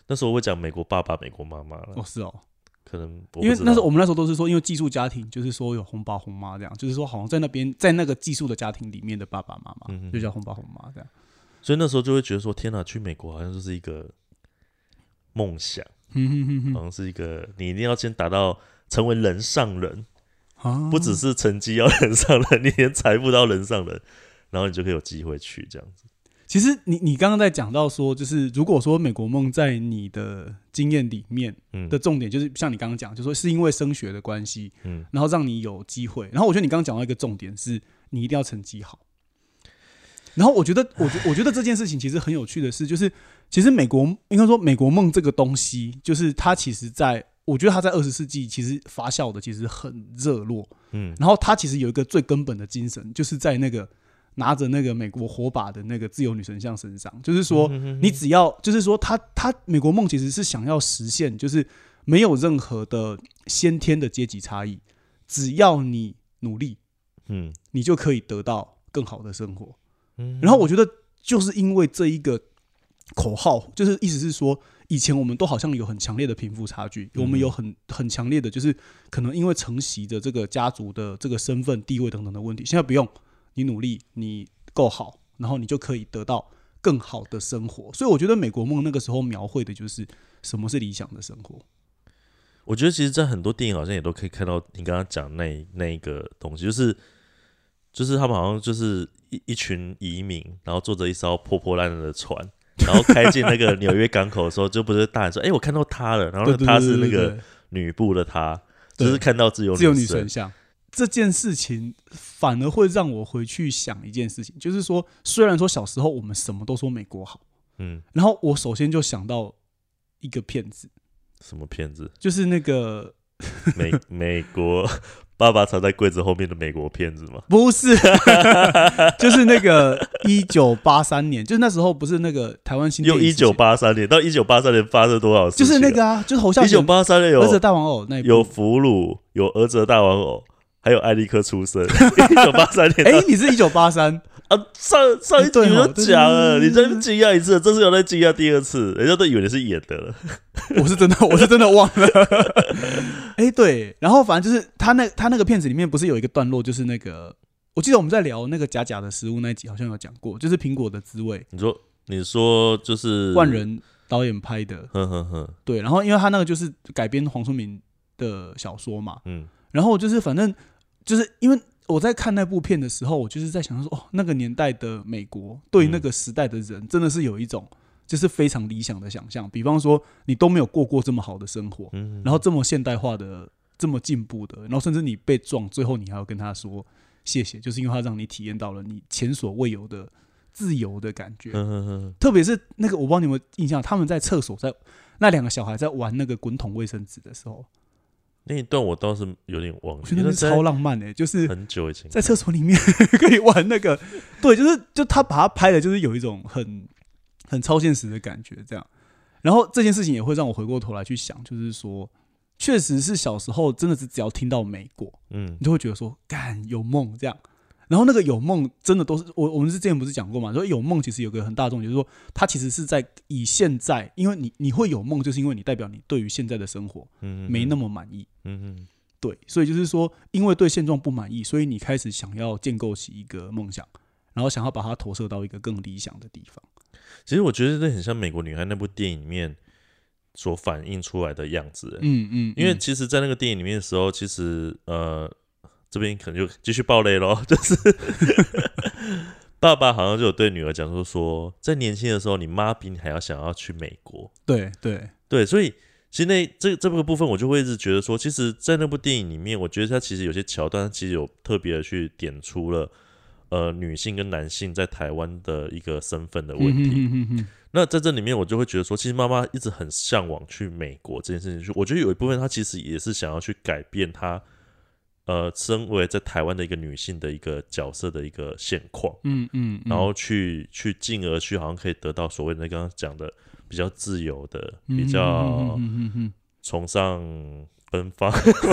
那时候我会讲美国爸爸、美国妈妈了。 哦，是哦。 可能因为那时候我们那时候都是说，因为寄宿家庭就是说有红爸红妈这样，就是说好像在那边在那个寄宿的家庭里面的爸爸妈妈、嗯、就叫红爸红妈这样。 所以那时候就会觉得说，天哪，去美国好像就是一个梦想，嗯、好像是一个你一定要先达到成为人上人，啊、不只是成绩要人上人，你连财富都要人上人，然后你就可以有机会去这样子。 其实你你刚刚在讲到说，就是如果说美国梦在你的经验里面的重点，就是像你刚刚讲，就是说是因为升学的关系，嗯，然后让你有机会。然后我觉得你刚刚讲到一个重点是，你一定要成绩好。然后我觉得，我觉我觉得这件事情其实很有趣的是，就是其实美国应该说美国梦这个东西，就是它其实在我觉得它在二十世纪其实发酵的其实很热络，嗯，然后它其实有一个最根本的精神，就是在那个。拿着那个美国火把的那个自由女神像身上，就是说，你只要，就是说他，他他美国梦其实是想要实现，就是没有任何的先天的阶级差异，只要你努力，嗯，你就可以得到更好的生活。嗯，然后我觉得就是因为这一个口号，就是意思是说，以前我们都好像有很强烈的贫富差距，我们有很很强烈的，就是可能因为承袭着这个家族的这个身份地位等等的问题，现在不用。你努力，你够好，然后你就可以得到更好的生活。所以我觉得美国梦那个时候描绘的就是什么是理想的生活。 我觉得其实，在很多电影好像也都可以看到你刚刚讲那那一个东西，就是就是他们好像就是一一群移民，然后坐着一艘破破烂烂的船，然后开进那个纽约港口的时候，就不是大喊说：“哎、欸，我看到他了。”然后他是那个女部的他，就是看到自由自由女神像。这件事情反而会让我回去想一件事情，就是说，虽然说小时候我们什么都说美国好，嗯，然后我首先就想到一个骗子， 什么骗子？ 就是那个美美国爸爸藏在柜子后面的美国骗子吗？ 不是，就是那个一九八三年，就是那时候不是那个台湾新电影， 又一九八三年到一九八三年发生多少事情、啊？ 就是那个啊，就是侯孝贤一九八三年有儿子的大玩偶那一部， 有俘虏，有儿子的大玩偶。还有艾利克出生，一九八三年。 哎、欸，你是一九八三啊？上上一集你就讲了，你再惊讶一次，这次又再惊讶第二次，人家都以为你是演的了。 我是真的，我是真的忘了。哎、欸，对，然后反正就是他那他那个片子里面不是有一个段落，就是那个我记得我们在聊那个假假的食物那一集，好像有讲过，就是苹果的滋味。 你说你说就是万人导演拍的， 呵呵呵， 对，然后因为他那个就是改编黄春明的小说嘛，嗯。然后就是反正就是因为我在看那部片的时候，我就是在想说，哦，那个年代的美国对于那个时代的人，真的是有一种就是非常理想的想象。比方说，你都没有过过这么好的生活，嗯、然后这么现代化的、这么进步的，然后甚至你被撞，最后你还要跟他说谢谢，就是因为他让你体验到了你前所未有的自由的感觉。嗯、呵呵特别是那个，我不知道你有没有印象，他们在厕所在那两个小孩在玩那个滚筒卫生纸的时候。 那一段我倒是有点忘了， 我觉得那超浪漫诶、欸，就是很久以前在厕所里面可以玩那个，对，就是就他把它拍的，就是有一种很很超现实的感觉，这样。然后这件事情也会让我回过头来去想，就是说，确实是小时候真的是只要听到美国，嗯，你就会觉得说，干有梦这样。然后那个有梦真的都是我我们是之前不是讲过嘛？说有梦其实有个很大的重点，就是说它其实是在以现在，因为你你会有梦，就是因为你代表你对于现在的生活没那么满意，嗯嗯，对，所以就是说，因为对现状不满意，所以你开始想要建构起一个梦想，然后想要把它投射到一个更理想的地方。 其实我觉得这很像《美国女孩》那部电影里面所反映出来的样子，嗯嗯，因为其实，在那个电影里面的时候，其实呃。这边可能就继续爆雷咯，就是爸爸好像就有对女儿讲说说，在年轻的时候，你妈比你还要想要去美国。 对对对，所以其实那这这个部分，我就会一直觉得说，其实，在那部电影里面，我觉得它其实有些桥段，其实有特别的去点出了呃女性跟男性在台湾的一个身份的问题。嗯哼哼哼那在这里面，我就会觉得说，其实妈妈一直很向往去美国这件事情，我觉得有一部分她其实也是想要去改变她。呃，身为在台湾的一个女性的一个角色的一个现况，嗯嗯，然后去去进而去好像可以得到所谓的刚刚讲的比较自由的、比较崇尚奔放，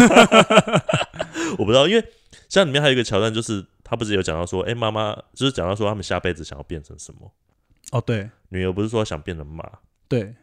我不知道，因为像里面还有一个桥段，就是他不是有讲到说，哎、欸，妈妈就是讲到说他们下辈子想要变成什么？ 哦，对， 女儿不是说想变成马， 对。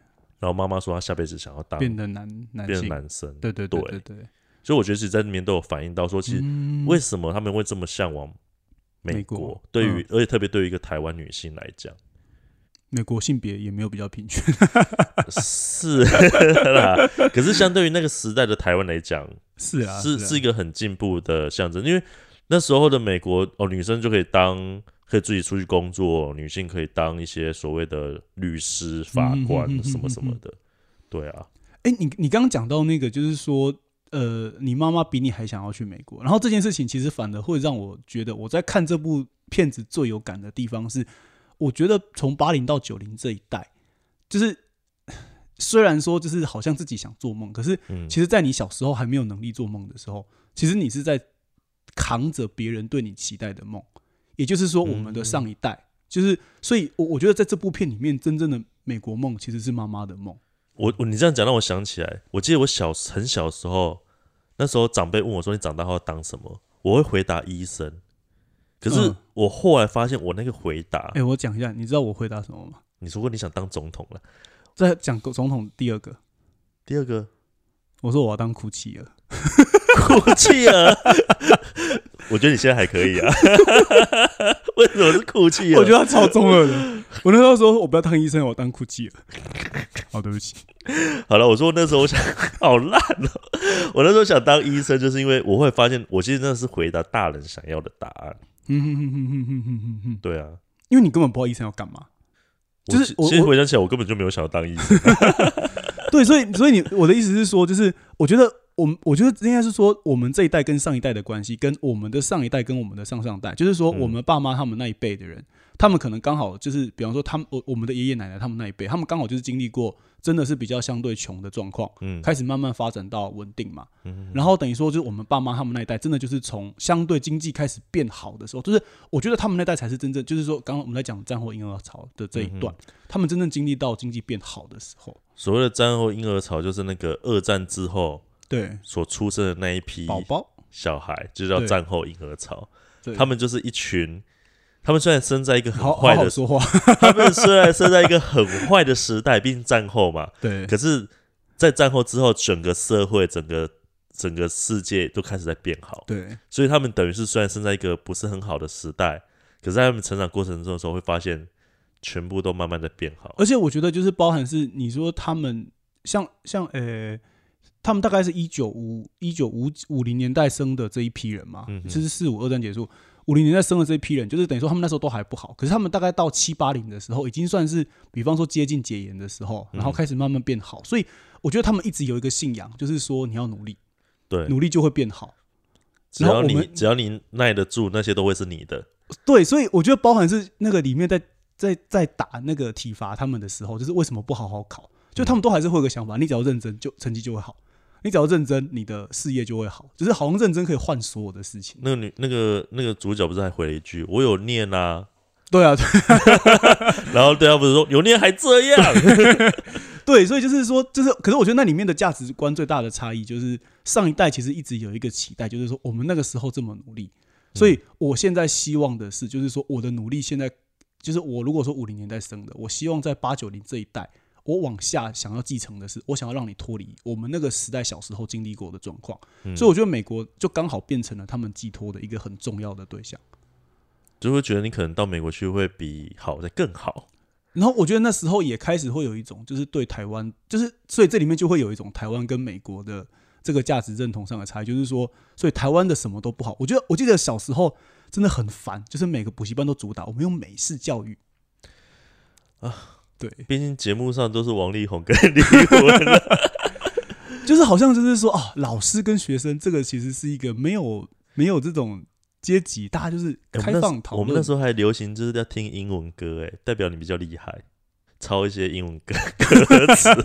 然后妈妈说她下辈子想要当变得男男性变成男生， 对对对对对。 所以我觉得其实在那边都有反映到说，其实为什么他们会这么向往美国？ 美国对于、 嗯、 而且特别对于一个台湾女性来讲， 美国性别也没有比较平权， 是啦。可是相对于那个时代的台湾来讲， 是啊， 是是, 啊是一个很进步的象征，因为那时候的美国哦，女生就可以当。可以自己出去工作，女性可以当一些所谓的律师、法官什么什么的，对啊。 哎、欸，你你刚刚讲到那个，就是说，呃，你妈妈比你还想要去美国，然后这件事情其实反而会让我觉得，我在看这部片子最有感的地方是，我觉得从八零到九零这一代，就是虽然说就是好像自己想做梦，可是其实在你小时候还没有能力做梦的时候，其实你是在扛着别人对你期待的梦。也就是说，我们的上一代、嗯、就是，所以我，我觉得在这部片里面，真正的美国梦其实是妈妈的梦。 我，你这样讲让我想起来，我记得我小很小的时候，那时候长辈问我说：“你长大后要当什么？”我会回答医生。可是我后来发现，我那个回答，哎、 嗯欸，我讲一下，你知道我回答什么吗？ 你说过你想当总统了。 再讲总统第二个， 第二个， 我说我要当哭泣儿。 哭泣儿，我觉得你现在还可以啊。为什么是哭泣儿？ 我觉得他超中二的。我那时候说我不要当医生，我当哭泣儿。好，对不起。 好了，我说那时候我想，好烂哦、喔。我那时候想当医生，就是因为我会发现，我其实真的是回答大人想要的答案。嗯哼哼哼哼哼哼哼，对啊， 因为你根本不知道医生要干嘛。就是我其实回想起来，我根本就没有想要当医生。 对，所以所以你我的意思是说，就是我觉得。我我觉得应该是说，我们这一代跟上一代的关系，跟我们的上一代跟我们的上上代，就是说，我们爸妈他们那一辈的人，嗯、他们可能刚好就是，比方说，他们我我们的爷爷奶奶他们那一辈，他们刚好就是经历过真的是比较相对穷的状况，嗯，开始慢慢发展到稳定嘛，嗯，然后等于说，就是我们爸妈他们那一代，真的就是从相对经济开始变好的时候，就是我觉得他们那代才是真正，就是说，刚刚我们在讲战后婴儿潮的这一段，嗯、他们真正经历到经济变好的时候。 所谓的战后婴儿潮，就是那个二战之后。 对， 所出生的那一批宝宝小孩，就叫战后婴儿潮。他们就是一群，他们虽然生在一个很坏的， 好好说话他们虽然生在一个很坏的时代，毕竟战后嘛，对。可是，在战后之后，整个社会、整个整个世界都开始在变好， 对。 所以他们等于是虽然生在一个不是很好的时代，可是在他们成长过程中的时候，会发现全部都慢慢的变好。 而且我觉得，就是包含是你说他们像像呃。欸他们大概是一九五一九五五零年代生的这一批人嘛，嗯、就是四五二战结束，五零年代生的这一批人，就是等于说他们那时候都还不好，可是他们大概到七八零的时候，已经算是比方说接近解严的时候，然后开始慢慢变好，嗯、所以我觉得他们一直有一个信仰，就是说你要努力， 对， 努力就会变好。 只要你只要你耐得住，那些都会是你的。 对，所以我觉得包含是那个里面在在在打那个体罚他们的时候，就是为什么不好好考，就他们都还是会有个想法，你只要认真，就成绩就会好。你只要认真，你的事业就会好。就是好像认真可以换所有的事情。 那个女、那个、那个主角不是还回了一句：“我有念啊。” 对啊，对然后对他不是说有念还这样？ 对，所以就是说，就是，可是我觉得那里面的价值观最大的差异，就是上一代其实一直有一个期待，就是说我们那个时候这么努力，所以我现在希望的是，就是说我的努力现在，就是我如果说五零年代生的，我希望在八九零这一代。我往下想要继承的是，我想要让你脱离我们那个时代小时候经历过的状况，嗯、所以我觉得美国就刚好变成了他们寄托的一个很重要的对象， 就会觉得你可能到美国去会比好的更好。 然后我觉得那时候也开始会有一种，就是对台湾，就是所以这里面就会有一种台湾跟美国的这个价值认同上的差异，就是说，所以台湾的什么都不好。我觉得我记得小时候真的很烦，就是每个补习班都主打我们用美式教育啊。对， 毕竟节目上都是王力宏跟李玟， 就是好像就是说啊，老师跟学生这个其实是一个没有没有这种阶级，大家就是开放讨论、欸。 我们那时候还流行就是要听英文歌，哎，代表你比较厉害，抄一些英文歌歌词。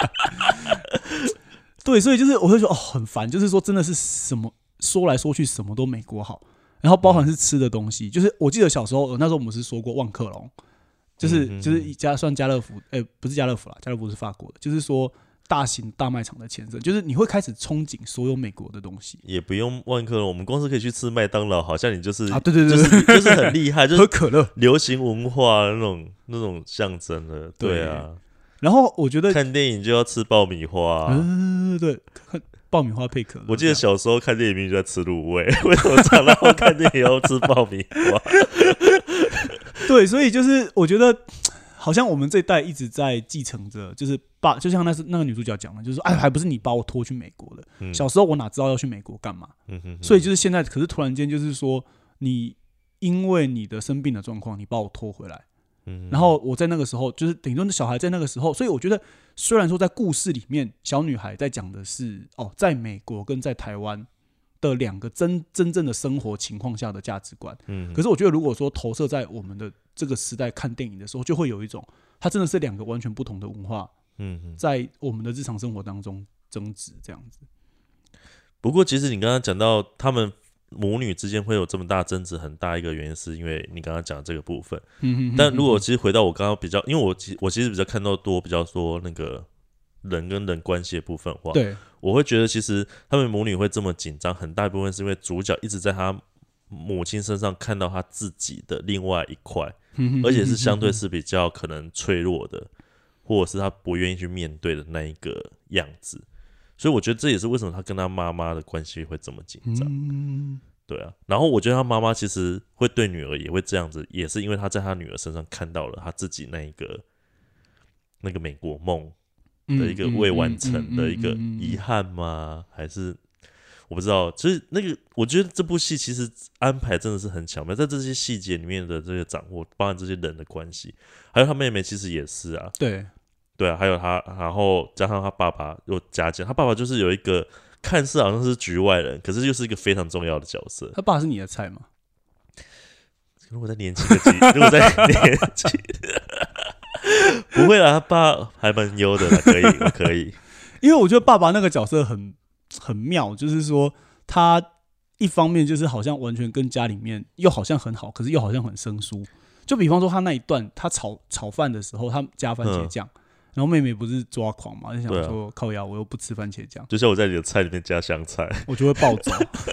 对，所以就是我会说哦，很烦，就是说真的是什么说来说去什么都美国好，然后包含是吃的东西，就是我记得小时候那时候我们是说过万客隆。就是就是一家算家乐福，哎、欸，不是家乐福啦，家乐福是法国的。就是说，大型大卖场的前身，就是你会开始憧憬所有美国的东西。 也不用万客隆，我们光是可以去吃麦当劳，好像你就是啊，对对对， 就是就是很厉害，就是喝可乐， 流行文化那种那种象征的，对啊。 然后我觉得看电影就要吃爆米花、啊， 呃，对，看爆米花配可乐。 我记得小时候看电影明明就在吃卤味，为什么长大后看电影要吃爆米花？ 对，所以就是我觉得，好像我们这一代一直在继承着，就是爸，就像那是那个女主角讲的，就是说，哎，还不是你把我拖去美国的。嗯、小时候我哪知道要去美国干嘛？嗯、哼哼所以就是现在，可是突然间就是说，你因为你的生病的状况，你把我拖回来。嗯、然后我在那个时候，就是等于说小孩在那个时候，所以我觉得，虽然说在故事里面，小女孩在讲的是哦，在美国跟在台湾的两个真真正的生活情况下的价值观。嗯，可是我觉得，如果说投射在我们的这个时代看电影的时候，就会有一种，它真的是两个完全不同的文化，嗯，在我们的日常生活当中争执这样子。 不过，其实你刚刚讲到他们母女之间会有这么大争执，很大一个原因是因为你刚刚讲这个部分。嗯，但如果其实回到我刚刚比较，因为我其我其实比较看到多比较说那个人跟人关系的部分的话， 对， 我会觉得其实他们母女会这么紧张，很大一部分是因为主角一直在他母亲身上看到他自己的另外一块，而且是相对是比较可能脆弱的，或者是他不愿意去面对的那一个样子。所以我觉得这也是为什么他跟他妈妈的关系会这么紧张。嗯，对啊。然后我觉得他妈妈其实会对女儿也会这样子，也是因为他在他女儿身上看到了他自己那一个那个美国梦的一个未完成的一个遗憾吗？还是我不知道。所以那个我觉得这部戏其实安排真的是很巧妙，在这些细节里面的这个掌握，包含这些人的关系，还有他妹妹其实也是啊。 对。 对啊，还有他，然后加上他爸爸又加进，他爸爸就是有一个看似好像是局外人，可是又是一个非常重要的角色。 他爸是你的菜吗？ 如果在年轻的季，如果在年轻，不会啦，他爸还蛮优的啦，可以，我可以。 因为我觉得爸爸那个角色很很妙，就是说他一方面就是好像完全跟家里面又好像很好，可是又好像很生疏。就比方说他那一段，他炒炒饭的时候，他加番茄酱。嗯，然后妹妹不是抓狂嘛，就想说、啊、靠腰，我又不吃番茄酱， 就像我在你的菜里面加香菜， 我就会暴走。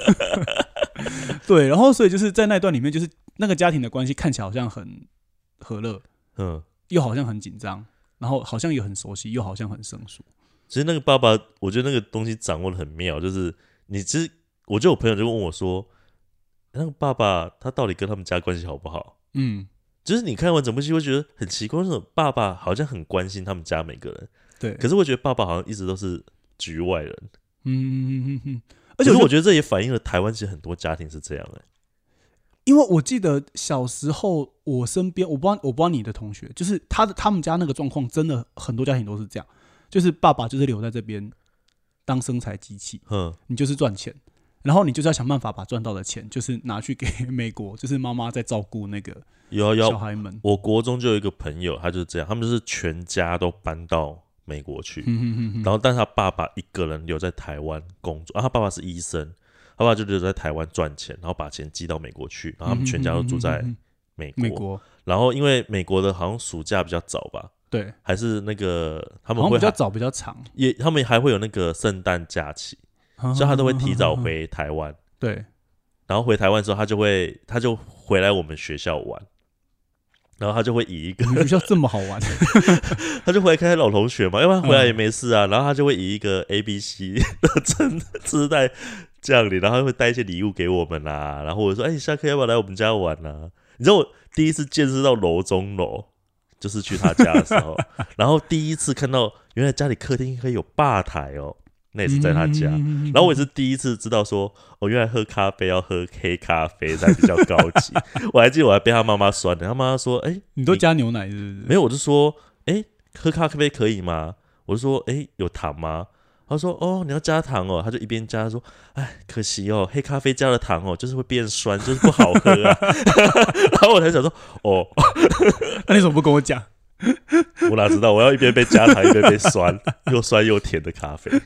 对，然后所以就是在那段里面，就是那个家庭的关系看起来好像很和乐，嗯，又好像很紧张，然后好像也很熟悉，又好像很生疏。 其实那个爸爸，我觉得那个东西掌握的很妙，就是你其实，我觉得我朋友就问我说，那个爸爸他到底跟他们家关系好不好？嗯。就是你看完整部戏会觉得很奇怪，为什么爸爸好像很关心他们家每个人， 对， 可是我觉得爸爸好像一直都是局外人， 嗯嗯嗯， 而且我觉得这也反映了台湾其实很多家庭是这样的、欸， 因为我记得小时候我身边，我不知道我不知道你的同学，就是他的他们家那个状况，真的很多家庭都是这样，就是爸爸就是留在这边当生财机器，嗯，你就是赚钱。然后你就是要想办法把赚到的钱，就是拿去给美国，就是妈妈在照顾那个小孩们。 我国中就有一个朋友，他就是这样，他们就是全家都搬到美国去，嗯、哼哼哼然后但是他爸爸一个人留在台湾工作，啊，他爸爸是医生，他爸爸就留在台湾赚钱，然后把钱寄到美国去，然后他们全家都住在美国。 美国， 然后因为美国的好像暑假比较早吧， 对， 还是那个他们会比较早比较长， 也他们还会有那个圣诞假期。所以他都会提早回台湾， 对， 然后回台湾之后，他就会他就回来我们学校玩，然后他就会以一个你们学校这么好玩， 他就回来看看老同学嘛，要不然回来也没事啊，然后他就会以一个 A B C 的真自带降临，然后他会带一些礼物给我们啦，然后我说，哎、欸，下课要不要来我们家玩啊？你知道我第一次见识到楼中楼，就是去他家的时候，然后第一次看到原来家里客厅可以有吧台哦。那也是在他家，然后我也是第一次知道说，哦，原来喝咖啡要喝黑咖啡才比较高级。我还记得我还被他妈妈酸的，他妈妈说：“哎、欸， 你都加牛奶是不是？” 没有，我就说：“哎、欸，喝咖啡可以吗？”我就说：“哎、欸，有糖吗？”他说：“哦，你要加糖哦。”他就一边加说：“哎，可惜哦，黑咖啡加了糖哦，就是会变酸，就是不好喝啊。”然后我才想说：“哦， 那你怎么不跟我讲？” 我哪知道，我要一边被加糖一边被酸，又酸又甜的咖啡。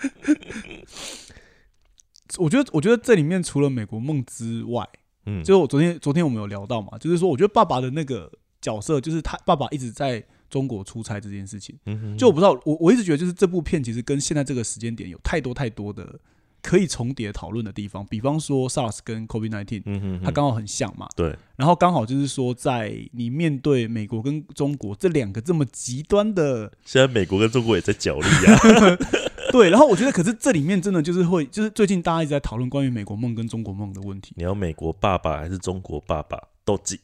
我觉得，我觉得这里面除了美国梦之外，嗯，就我昨天昨天我们有聊到嘛，就是说，我觉得爸爸的那个角色，就是他爸爸一直在中国出差这件事情，嗯哼哼就我不知道，我我一直觉得，就是这部片其实跟现在这个时间点有太多太多的可以重叠讨论的地方，比方说 SARS 跟 COVID 十九， 嗯哼哼， 它刚好很像嘛。 对， 然后刚好就是说，在你面对美国跟中国这两个这么极端的， 现在美国跟中国也在角力啊。 对，然后我觉得，可是这里面真的就是会，就是最近大家一直在讨论关于美国梦跟中国梦的问题。 你要美国爸爸还是中国爸爸？都挤。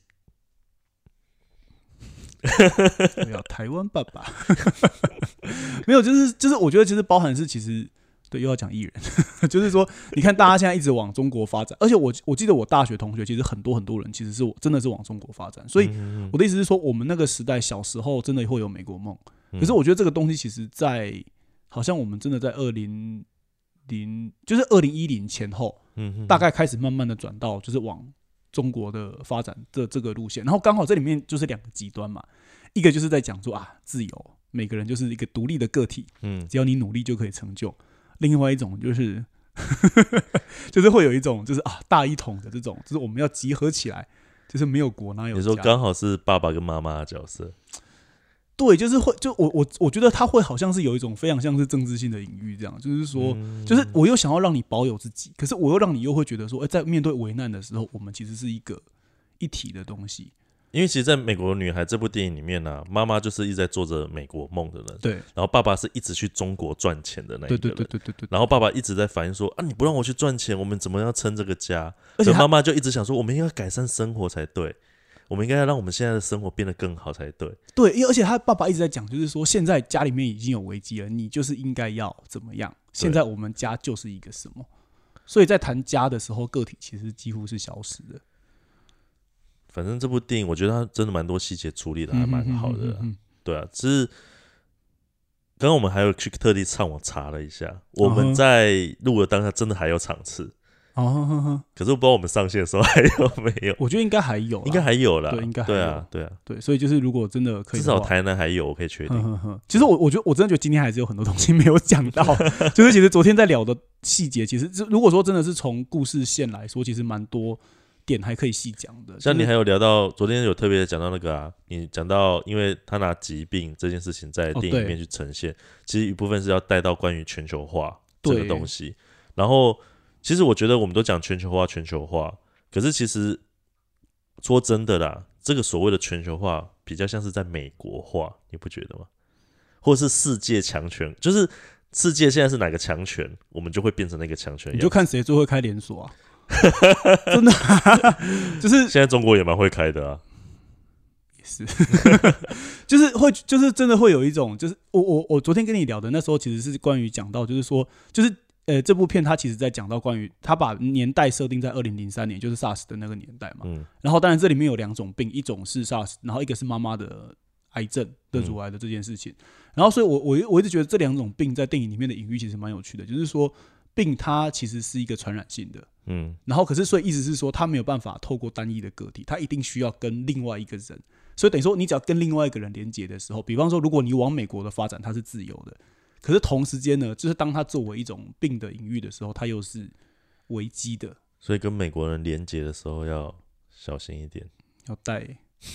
我要台湾爸爸。没有，就是就是，我觉得其实包含是其实。对，又要讲艺人，就是说，你看大家现在一直往中国发展，而且我我记得我大学同学其实很多很多人其实是我真的是往中国发展，所以我的意思是说，我们那个时代小时候真的会有美国梦，可是我觉得这个东西其实在好像我们真的在二零零就是二零一零前后，大概开始慢慢的转到就是往中国的发展的这个路线，然后刚好这里面就是两个极端嘛，一个就是在讲说啊自由，每个人就是一个独立的个体，只要你努力就可以成就。另外一种就是就是会有一种就是啊大一统的这种，就是我们要集合起来，就是没有国哪有家。 你说刚好是爸爸跟妈妈的角色， 对，就是会就我我我觉得他会好像是有一种非常像是政治性的隐喻，这样就是说，嗯、就是我又想要让你保有自己，可是我又让你又会觉得说，哎、欸，在面对危难的时候，我们其实是一个一体的东西。 因为其实在美国女孩这部电影里面呢、啊，妈妈就是一直在做着美国梦的人， 对， 然后爸爸是一直去中国赚钱的那一个人， 对对对对对 对, 对。 然后爸爸一直在反映说啊，你不让我去赚钱，我们怎么样撑这个家？而且妈妈就一直想说，我们应该改善生活才对，我们应该要让我们现在的生活变得更好才对。 对，因为而且他爸爸一直在讲，就是说现在家里面已经有危机了，你就是应该要怎么样？现在我们家就是一个什么？所以在谈家的时候，个体其实几乎是消失的。 反正这部电影，我觉得它真的蛮多细节处理的还蛮好的、啊，对啊。只是刚刚我们还有去特地上网查了一下，我们在录的当下真的还有场次，哦、可是我不知道我们上线的时候还有没有。 我觉得应该还有， 应该还有啦， 对，应该还有， 对啊，对啊， 对。所以就是如果真的可以， 至少台南还有，我可以确定。 呵呵其实我我觉得我真的觉得今天还是有很多东西没有讲到，就是其实昨天在聊的细节，其实如果说真的是从故事线来说，其实蛮多。点还可以细讲的， 像你还有聊到，昨天有特别讲到那个啊，你讲到，因为他拿疾病这件事情在电影里面去呈现，哦、其实一部分是要带到关于全球化这个东西。然后，其实我觉得我们都讲全球化，全球化，可是其实说真的啦，这个所谓的全球化比较像是在美国化，你不觉得吗？或者是世界强权，就是世界现在是哪个强权，我们就会变成那个强权， 你就看谁最会开连锁啊。真的、啊，就是现在中国也蛮会开的啊， 也是，就是会，就是真的会有一种，就是我我我昨天跟你聊的那时候，其实是关于讲到，就是说，就是呃，这部片它其实在讲到关于它把年代设定在二零零三年，就是 SARS 的那个年代嘛。嗯。然后当然这里面有两种病，一种是 SARS， 然后一个是妈妈的癌症的乳癌的这件事情。嗯、然后所以我我我一直觉得这两种病在电影里面的隐喻其实蛮有趣的，就是说病它其实是一个传染性的。嗯，然后可是所以意思是说，他没有办法透过单一的个体，他一定需要跟另外一个人，所以等于说你只要跟另外一个人连结的时候，比方说如果你往美国的发展，它是自由的，可是同时间呢，就是当它作为一种病的隐喻的时候，它又是危机的， 所以跟美国人连结的时候要小心一点， 要带。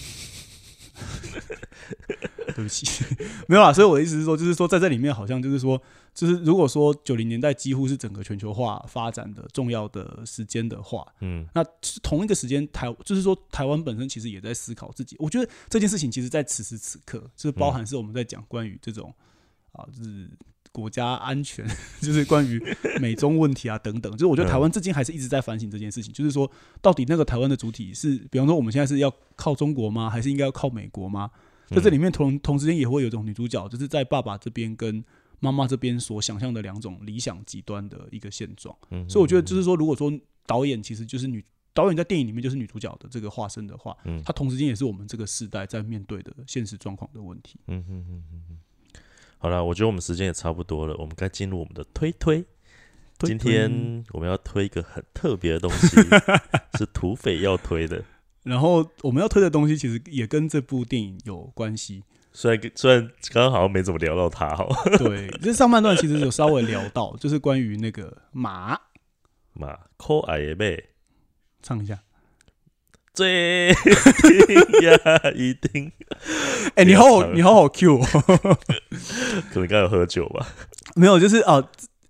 对不起，没有啦。所以我的意思是说，就是说在这里面好像就是说，就是如果说九零年代几乎是整个全球化发展的重要的时间的话，嗯，那同一个时间台就是说台湾本身其实也在思考自己。我觉得这件事情其实在此时此刻，就是包含是我们在讲关于这种啊，就是国家安全，就是关于美中问题啊等等。就是我觉得台湾至今还是一直在反省这件事情，就是说到底那个台湾的主体是，比方说我们现在是要靠中国吗？还是应该要靠美国吗？在这里面同同时间也会有一种女主角，就是在爸爸这边跟妈妈这边所想象的两种理想极端的一个现状。嗯、所以我觉得就是说，如果说导演其实就是女导演在电影里面就是女主角的这个化身的话，嗯、她同时间也是我们这个世代在面对的现实状况的问题。 嗯哼哼哼哼。好啦，我觉得我们时间也差不多了，我们该进入我们的推推。推推今天我们要推一个很特别的东西，是土匪要推的。 然后我们要推的东西其实也跟这部电影有关系， 虽然虽然刚刚好像没怎么聊到它，好， 对，就是上半段其实有稍微聊到，就是关于那个马马可爱的马， 唱一下， 最听呀一定， 哎、欸，你好好你好好 Q，、哦、 可能刚有喝酒吧？ 没有，就是啊。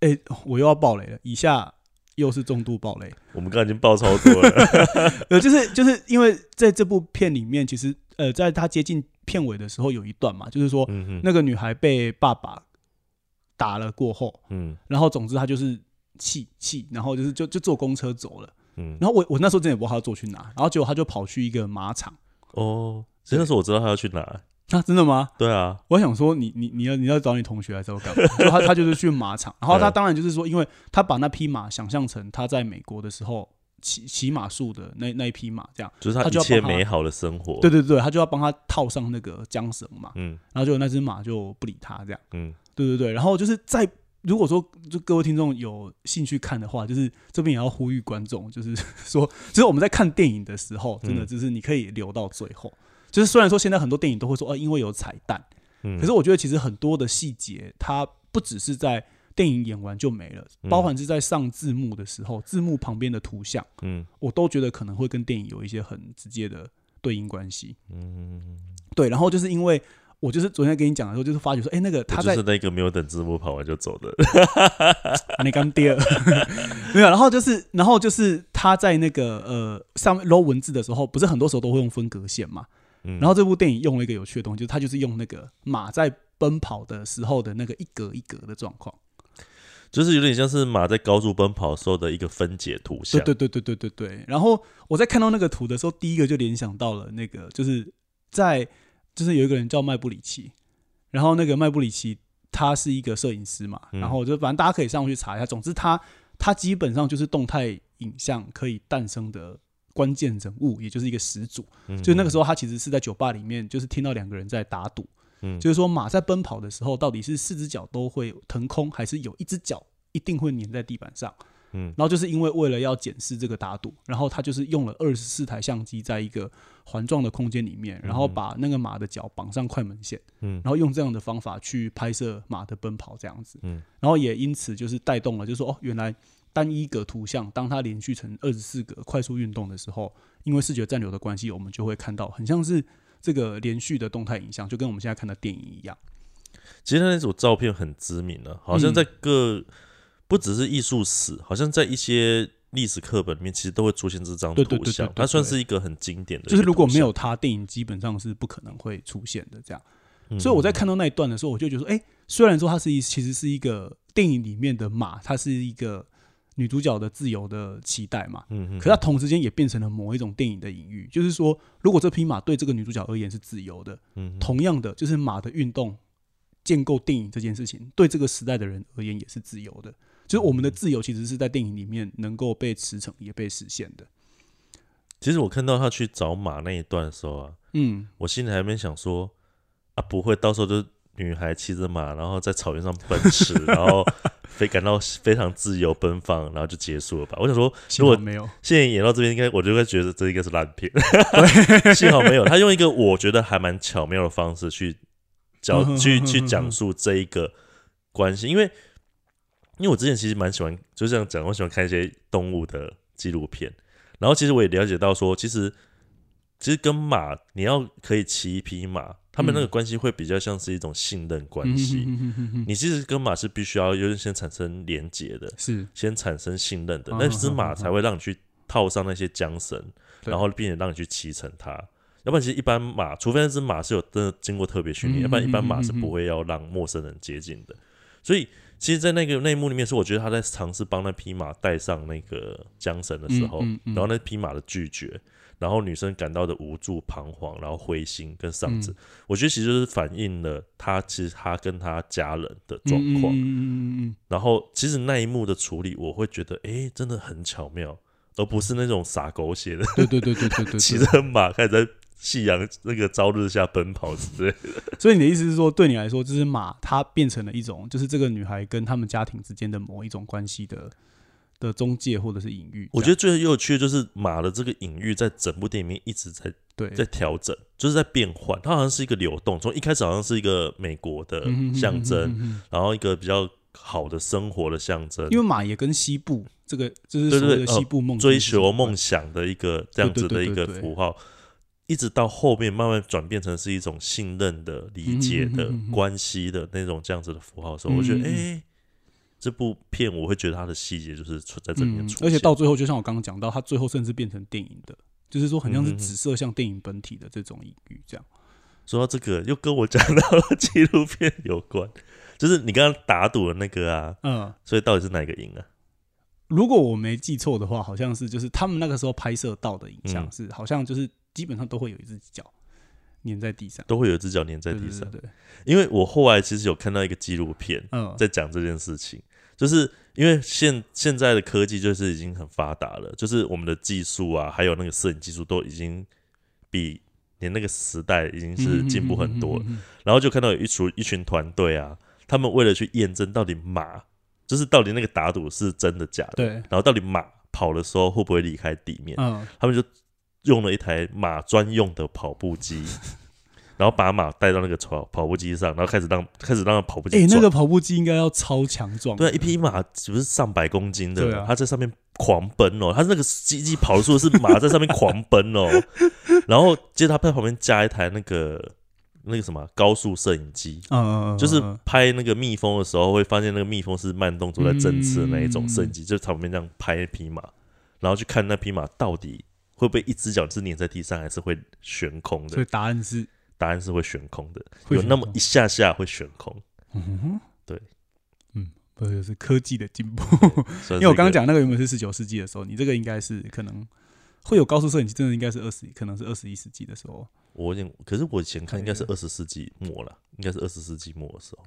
哎、欸，我又要爆雷了，以下又是重度爆雷。 我们刚才已经爆超多了， 呃，就是就是因为在这部片里面，其实呃，在他接近片尾的时候有一段嘛，就是说、嗯、那个女孩被爸爸打了过后，嗯，然后总之他就是气气，然后就是就就坐公车走了，嗯，然后我我那时候真的也不知道他要坐去哪，然后结果他就跑去一个马场。 哦，其实那时候我知道他要去哪。 啊，真的吗？ 对啊， 我想说你你你要你要找你同学还是要干嘛？就他他就是去马场，然后他当然就是说，因为他把那匹马想象成他在美国的时候骑骑马术的那那一匹马，这样就是他一切美好的生活。 对对对，他就要帮他套上那个缰绳嘛，嗯，然后就那只马就不理他这样，嗯，对对对，然后就是在如果说就各位听众有兴趣看的话，就是这边也要呼吁观众，就是说，就是我们在看电影的时候，真的就是你可以留到最后。就是虽然说现在很多电影都会说哦，因为有彩蛋，嗯，可是我觉得其实很多的细节，它不只是在电影演完就没了，嗯、包含是在上字幕的时候，字幕旁边的图像，嗯，我都觉得可能会跟电影有一些很直接的对应关系，嗯，对。然后就是因为我就是昨天跟你讲的时候，就是发觉说，哎、欸，那个他在就是那个没有等字幕跑完就走的， 啊，你刚跌了，没有。然后就是，然后就是他在那个呃上面 low 文字的时候，不是很多时候都会用分隔线嘛。然后这部电影用了一个有趣的东西，就是它就是用那个马在奔跑的时候的那个一格一格的状况， 就是有点像是马在高速奔跑时候的一个分解图像。 对对对对对对对。然后我在看到那个图的时候，第一个就联想到了那个，就是在就是有一个人叫麦布里奇，然后那个麦布里奇他是一个摄影师嘛，然后就反正大家可以上去查一下。总之他他基本上就是动态影像可以诞生的关键人物，也就是一个始祖。嗯、就是那个时候，他其实是在酒吧里面，就是听到两个人在打赌，嗯、就是说马在奔跑的时候，到底是四只脚都会腾空，还是有一只脚一定会粘在地板上。嗯、然后就是因为为了要检视这个打赌，然后他就是用了二十四台相机，在一个环状的空间里面，然后把那个马的脚绑上快门线，嗯、然后用这样的方法去拍摄马的奔跑这样子。嗯、然后也因此就是带动了，就是说哦，原来单一格图像，当它连续成二十四格快速运动的时候，因为视觉暂留的关系，我们就会看到很像是这个连续的动态影像，就跟我们现在看的电影一样。 其实那组照片很知名了、啊，好像在各、嗯、不只是艺术史，好像在一些历史课本里面，其实都会出现这张图像。它算是一个很经典的， 就是如果没有它，电影基本上是不可能会出现的。这样，嗯、所以我在看到那一段的时候，我就觉得说，哎、欸，虽然说它是一其实是一个电影里面的马，它是一个女主角的自由的期待嘛，嗯，可是它同时间也变成了某一种电影的隐喻，就是说，如果这匹马对这个女主角而言是自由的，嗯，同样的，就是马的运动建构电影这件事情，对这个时代的人而言也是自由的，就是我们的自由其实是在电影里面能够被驰骋也被实现的。 其实我看到他去找马那一段的时候啊，嗯，我心里还没想说啊，不会到时候就女孩骑着马，然后在草原上奔驰，然后非感到非常自由奔放，然后就结束了吧？我想说，如果没有现在演到这边，应该我就会觉得这应该是烂片。幸好没有，他用一个我觉得还蛮巧妙的方式去讲去去讲述这一个关系，因为因为我之前其实蛮喜欢，就这样讲，我喜欢看一些动物的纪录片，然后其实我也了解到说，其实其实跟马，你要可以骑一匹马。他们那个关系会比较像是一种信任关系，嗯、你其实跟马是必须要优先产生连结的，是先产生信任的，那只马才会让你去套上那些缰绳，然后并且让你去骑乘它。要不然，其实一般马，除非那只马是有真的经过特别训练，要不然一般马是不会要让陌生人接近的。所以，其实，在那个内幕里面，是我觉得他在尝试帮那匹马带上那个缰绳的时候，嗯嗯嗯、然后那匹马的拒绝。然后女生感到的无助、彷徨，然后灰心跟丧志、嗯，我觉得其实就是反映了她其实她跟她家人的状况。嗯嗯嗯、然后其实那一幕的处理，我会觉得，哎，真的很巧妙，而不是那种撒狗血的。 对对对对对对， 骑着马开始在夕阳那个朝日下奔跑之类的。 所以你的意思是说，对你来说，就是马它变成了一种，就是这个女孩跟他们家庭之间的某一种关系的。的中介或者是隐喻， 我觉得最有趣的就是马的这个隐喻在整部电影里面一直在在调整，就是在变换。它好像是一个流动，从一开始好像是一个美国的象征、嗯嗯嗯嗯，然后一个比较好的生活的象征。 因为马也跟西部这个就是所谓的西部梦、 呃、追求梦想的一个这样子的一个符号，一直到后面慢慢转变成是一种信任的、理解的、嗯嗯嗯嗯关系的那种这样子的符号的时候，嗯嗯嗯我觉得哎。欸这部片我会觉得它的细节就是在这里面出现、 嗯，而且到最后，就像我刚刚讲到，它最后甚至变成电影的，就是说很像是紫色像电影本体的这种隐喻，这样。 说到这个，又跟我讲到了纪录片有关，就是你刚刚打赌的那个啊，嗯，所以到底是哪个赢啊？ 如果我没记错的话，好像是就是他们那个时候拍摄到的影像是，嗯、好像就是基本上都会有一只脚粘在地上， 都会有一只脚粘在地上。 对, 对, 对, 对， 因为我后来其实有看到一个纪录片，嗯，在讲这件事情，就是因为现现在的科技就是已经很发达了，就是我们的技术啊，还有那个摄影技术都已经比连那个时代已经是进步很多了。嗯、然后就看到有一群一群团队啊，他们为了去验证到底马。就是到底那个打赌是真的假的， 对， 然后到底马跑的时候会不会离开地面，嗯，他们就用了一台马专用的跑步机，然后把马带到那个跑跑步机上，然后开始让开始让跑步机转。 哎、欸，那个跑步机应该要超强壮， 对啊，一匹马不是上百公斤的，啊、它在上面狂奔哦，它那个机器跑的速度是马在上面狂奔哦，然后接着他在旁边加一台那个。那个什么高速摄影机，嗯，就是拍那个蜜蜂的时候，会发现那个蜜蜂是慢动作在振翅的那一种摄影机，嗯、就在旁边这样拍一匹马，然后去看那匹马到底会不会一只脚是粘在地上，还是会悬空的。 所以答案是， 答案是会悬空的，有那么一下下会悬空。嗯哼，对， 嗯，不就是科技的进步？因为我刚刚讲那个原本是十九世纪的时候，你这个应该是可能会有高速摄影机，真的应该是二十，可能是二十一世纪的时候。 我有点，可是我以前看应该是二十世纪末了，应该是二十世纪末的时候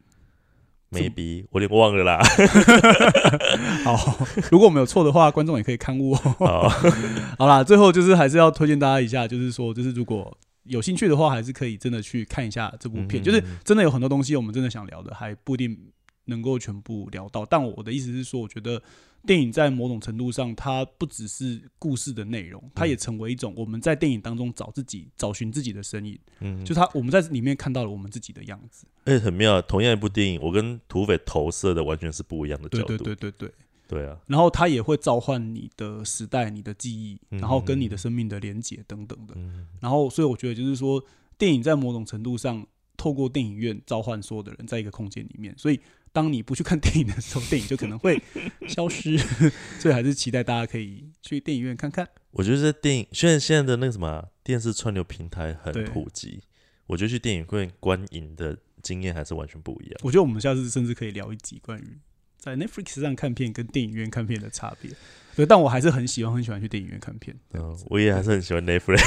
，maybe 我有点忘了啦。 好，如果我们有错的话，观众也可以勘误、哦。好，好啦，最后就是还是要推荐大家一下，就是说，就是如果有兴趣的话，还是可以真的去看一下这部片，嗯、就是真的有很多东西我们真的想聊的，还不一定能够全部聊到。但我的意思是说，我觉得。电影在某种程度上，它不只是故事的内容，它也成为一种我们在电影当中找自己、找寻自己的身影。嗯，就它我们在里面看到了我们自己的样子。 而且很妙，同样一部电影，我跟土匪投射的完全是不一样的角度。 对对对对对， 对啊。 然后它也会召唤你的时代、你的记忆，然后跟你的生命的连结等等的。嗯、然后，所以我觉得就是说，电影在某种程度上，透过电影院召唤所有的人在一个空间里面，所以。当你不去看电影的时候，电影就可能会消失，所以还是期待大家可以去电影院看看。 我觉得在电影，现在现在的那个什么电视串流平台很普及，我觉得去电影院观影的经验还是完全不一样。 我觉得我们下次甚至可以聊一集关于在 Netflix 上看片跟电影院看片的差别。对，但我还是很喜欢很喜欢去电影院看片。 嗯，我也还是很喜欢 Netflix。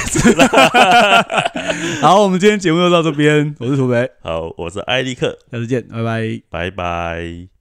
好，我们今天节目就到这边，我是土北， 好，我是艾利克， 下次见，拜拜， 拜拜。